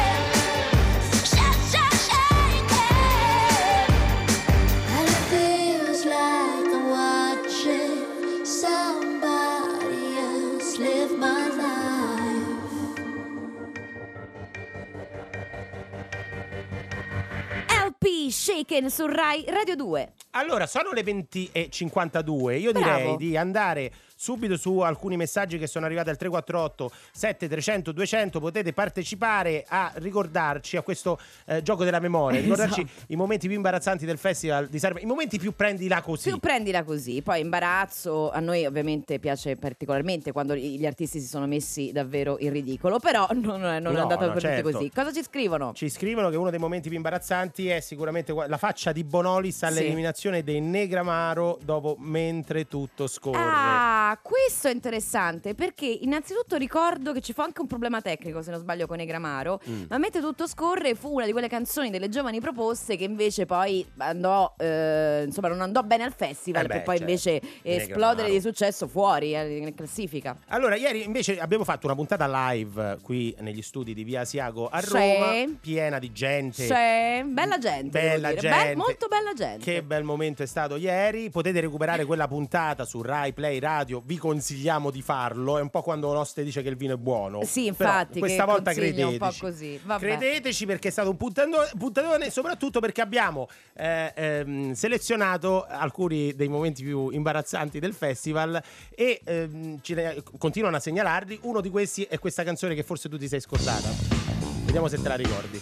And it feels like I'm watching somebody else live my life. LP Shaken su Rai Radio 2. Allora, sono le 20:52. Io direi di andare subito su alcuni messaggi che sono arrivati al 348 7300 200. Potete partecipare a ricordarci a questo gioco della memoria, ricordarci i momenti più imbarazzanti del Festival di Sanremo, i momenti più prendila così. Poi imbarazzo a noi ovviamente piace particolarmente quando gli artisti si sono messi davvero in ridicolo, però non è andato per tutti così. Cosa ci scrivono? Ci scrivono che uno dei momenti più imbarazzanti è sicuramente la faccia di Bonolis all'eliminazione dei Negramaro dopo Mentre tutto scorre. Ah, questo è interessante perché innanzitutto ricordo che ci fu anche un problema tecnico, se non sbaglio, con Negramaro, ma Mentre tutto scorre fu una di quelle canzoni delle giovani proposte che invece poi andò non andò bene al festival, per poi invece esplodere di successo fuori in classifica. Allora, ieri invece abbiamo fatto una puntata live qui negli studi di Via Asiago a Roma, piena di gente. Bella gente. Molto bella gente. Che bel momento è stato ieri. Potete recuperare quella puntata su Rai Play Radio vi consigliamo di farlo. È un po' quando l'oste dice che il vino è buono. Sì, infatti. Però questa volta credeteci. Un po' così. Vabbè. Credeteci, perché è stato un puntatone, soprattutto perché abbiamo selezionato alcuni dei momenti più imbarazzanti del festival e continuano a segnalarli. Uno di questi è questa canzone che forse tu ti sei scordata. Vediamo se te la ricordi.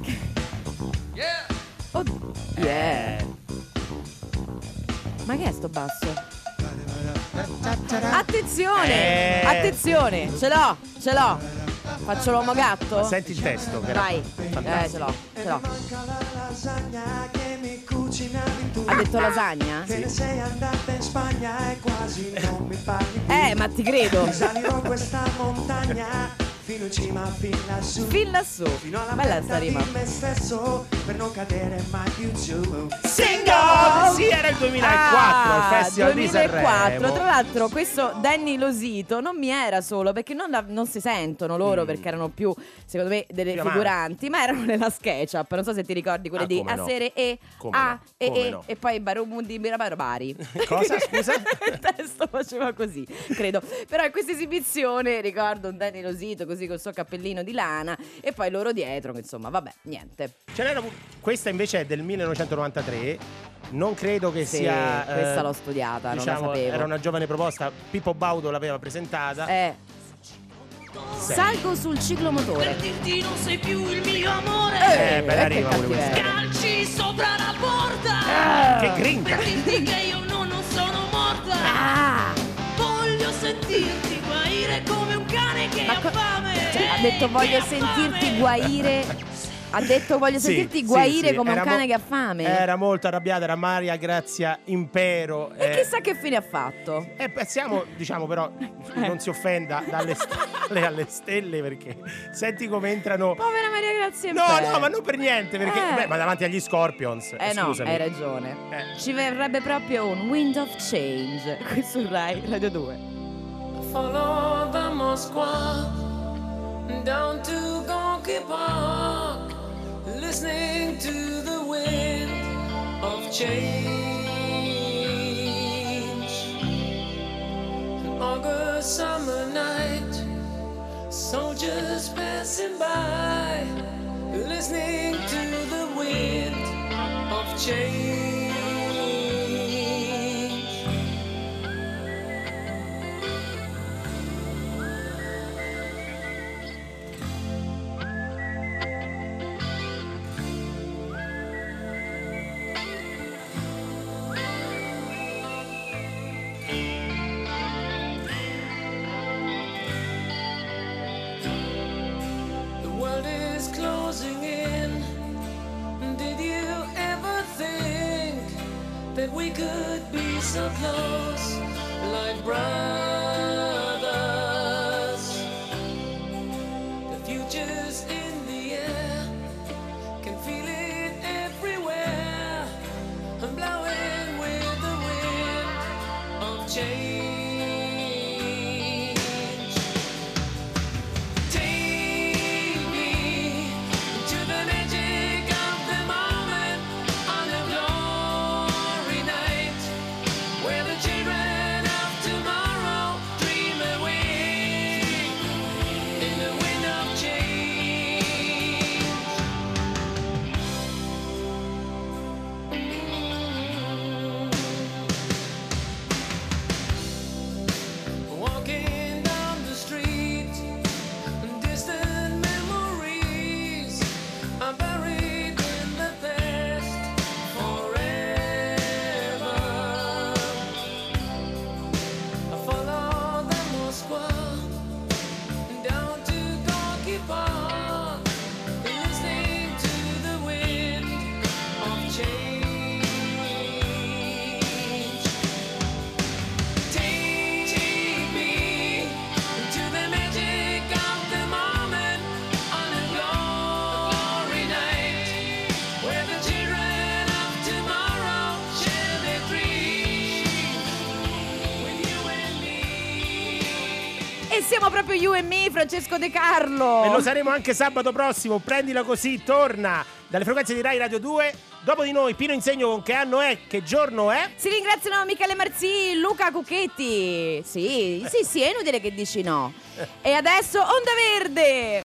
Ma che è sto basso? Attenzione! Attenzione! Ce l'ho! Faccio l'uomo gatto? Ma senti il testo, però. Vai! Ce l'ho. Ha detto lasagna? Te ne sei andata in Spagna e quasi non mi parli più. Ma ti credo. Salirò questa montagna fino in cima, fin lassù. Fino alla bella meta sta rima. di me stesso per non cadere mai più giù. Single! Sì, era il 2004 al Festival 2004. di Sanremo. Tra l'altro questo Danny Losito non mi era solo, perché non si sentono loro, perché erano più, secondo me, delle figuranti, ma erano nella SketchUp. Non so se ti ricordi quelle di no. Asere e no. e poi Barumundi Bari. Cosa, scusa? Il testo faceva così, credo. Però in questa esibizione ricordo un Danny Losito così col suo cappellino di lana e poi loro dietro, che insomma, vabbè, niente. Questa invece è del 1993. Non credo che sia questa l'ho studiata, diciamo, non la sapevo. Era una giovane proposta. Pippo Baudo l'aveva presentata. Salgo sul ciclomotore. Per dirti non sei più il mio amore. Bella rima pure questa. Calci sopra la porta. Che grinta. Per dirti che io non sono morta. Voglio sentirti guaire come un cane che ha fame. Ha detto voglio sentirti guaire. Ha detto voglio sentirti guaire come un cane che ha fame. Era molto arrabbiata, era Maria Grazia Impero. E chissà che fine ha fatto. Siamo, diciamo, però non si offenda dalle stelle alle stelle, perché senti come entrano. Povera Maria Grazia Impero. No, ma non per niente, perché ma davanti agli Scorpions. No, scusami. hai ragione. Ci verrebbe proprio un Wind of Change qui su Rai Radio 2. Follow the Moskva down to Gonky Park, listening to the wind of change. An August summer night, soldiers passing by, listening to the wind of change. That we could be so close, like brothers. The future's in the air, can feel it everywhere. I'm blowing with the wind of change. Take me to the magic of the moment on the glory night, where the children of tomorrow dream away in the wind of change. Walking down the street, distant memories are buried in the past forever. I follow the Moskva down to Gorky Park, listening to the wind of change. Take me to the magic of the moment on a glory night, where the children of tomorrow share their dreams with you and me. E siamo proprio You and Me, Francesco De Carlo. E lo saremo anche sabato prossimo. Prendila così, torna dalle frequenze di Rai Radio 2. Dopo di noi Pino Insegno con Che anno è, che giorno è. Si ringraziano Michele Marzì, Luca Cucchetti. Sì, è inutile che dici no. E adesso Onda Verde.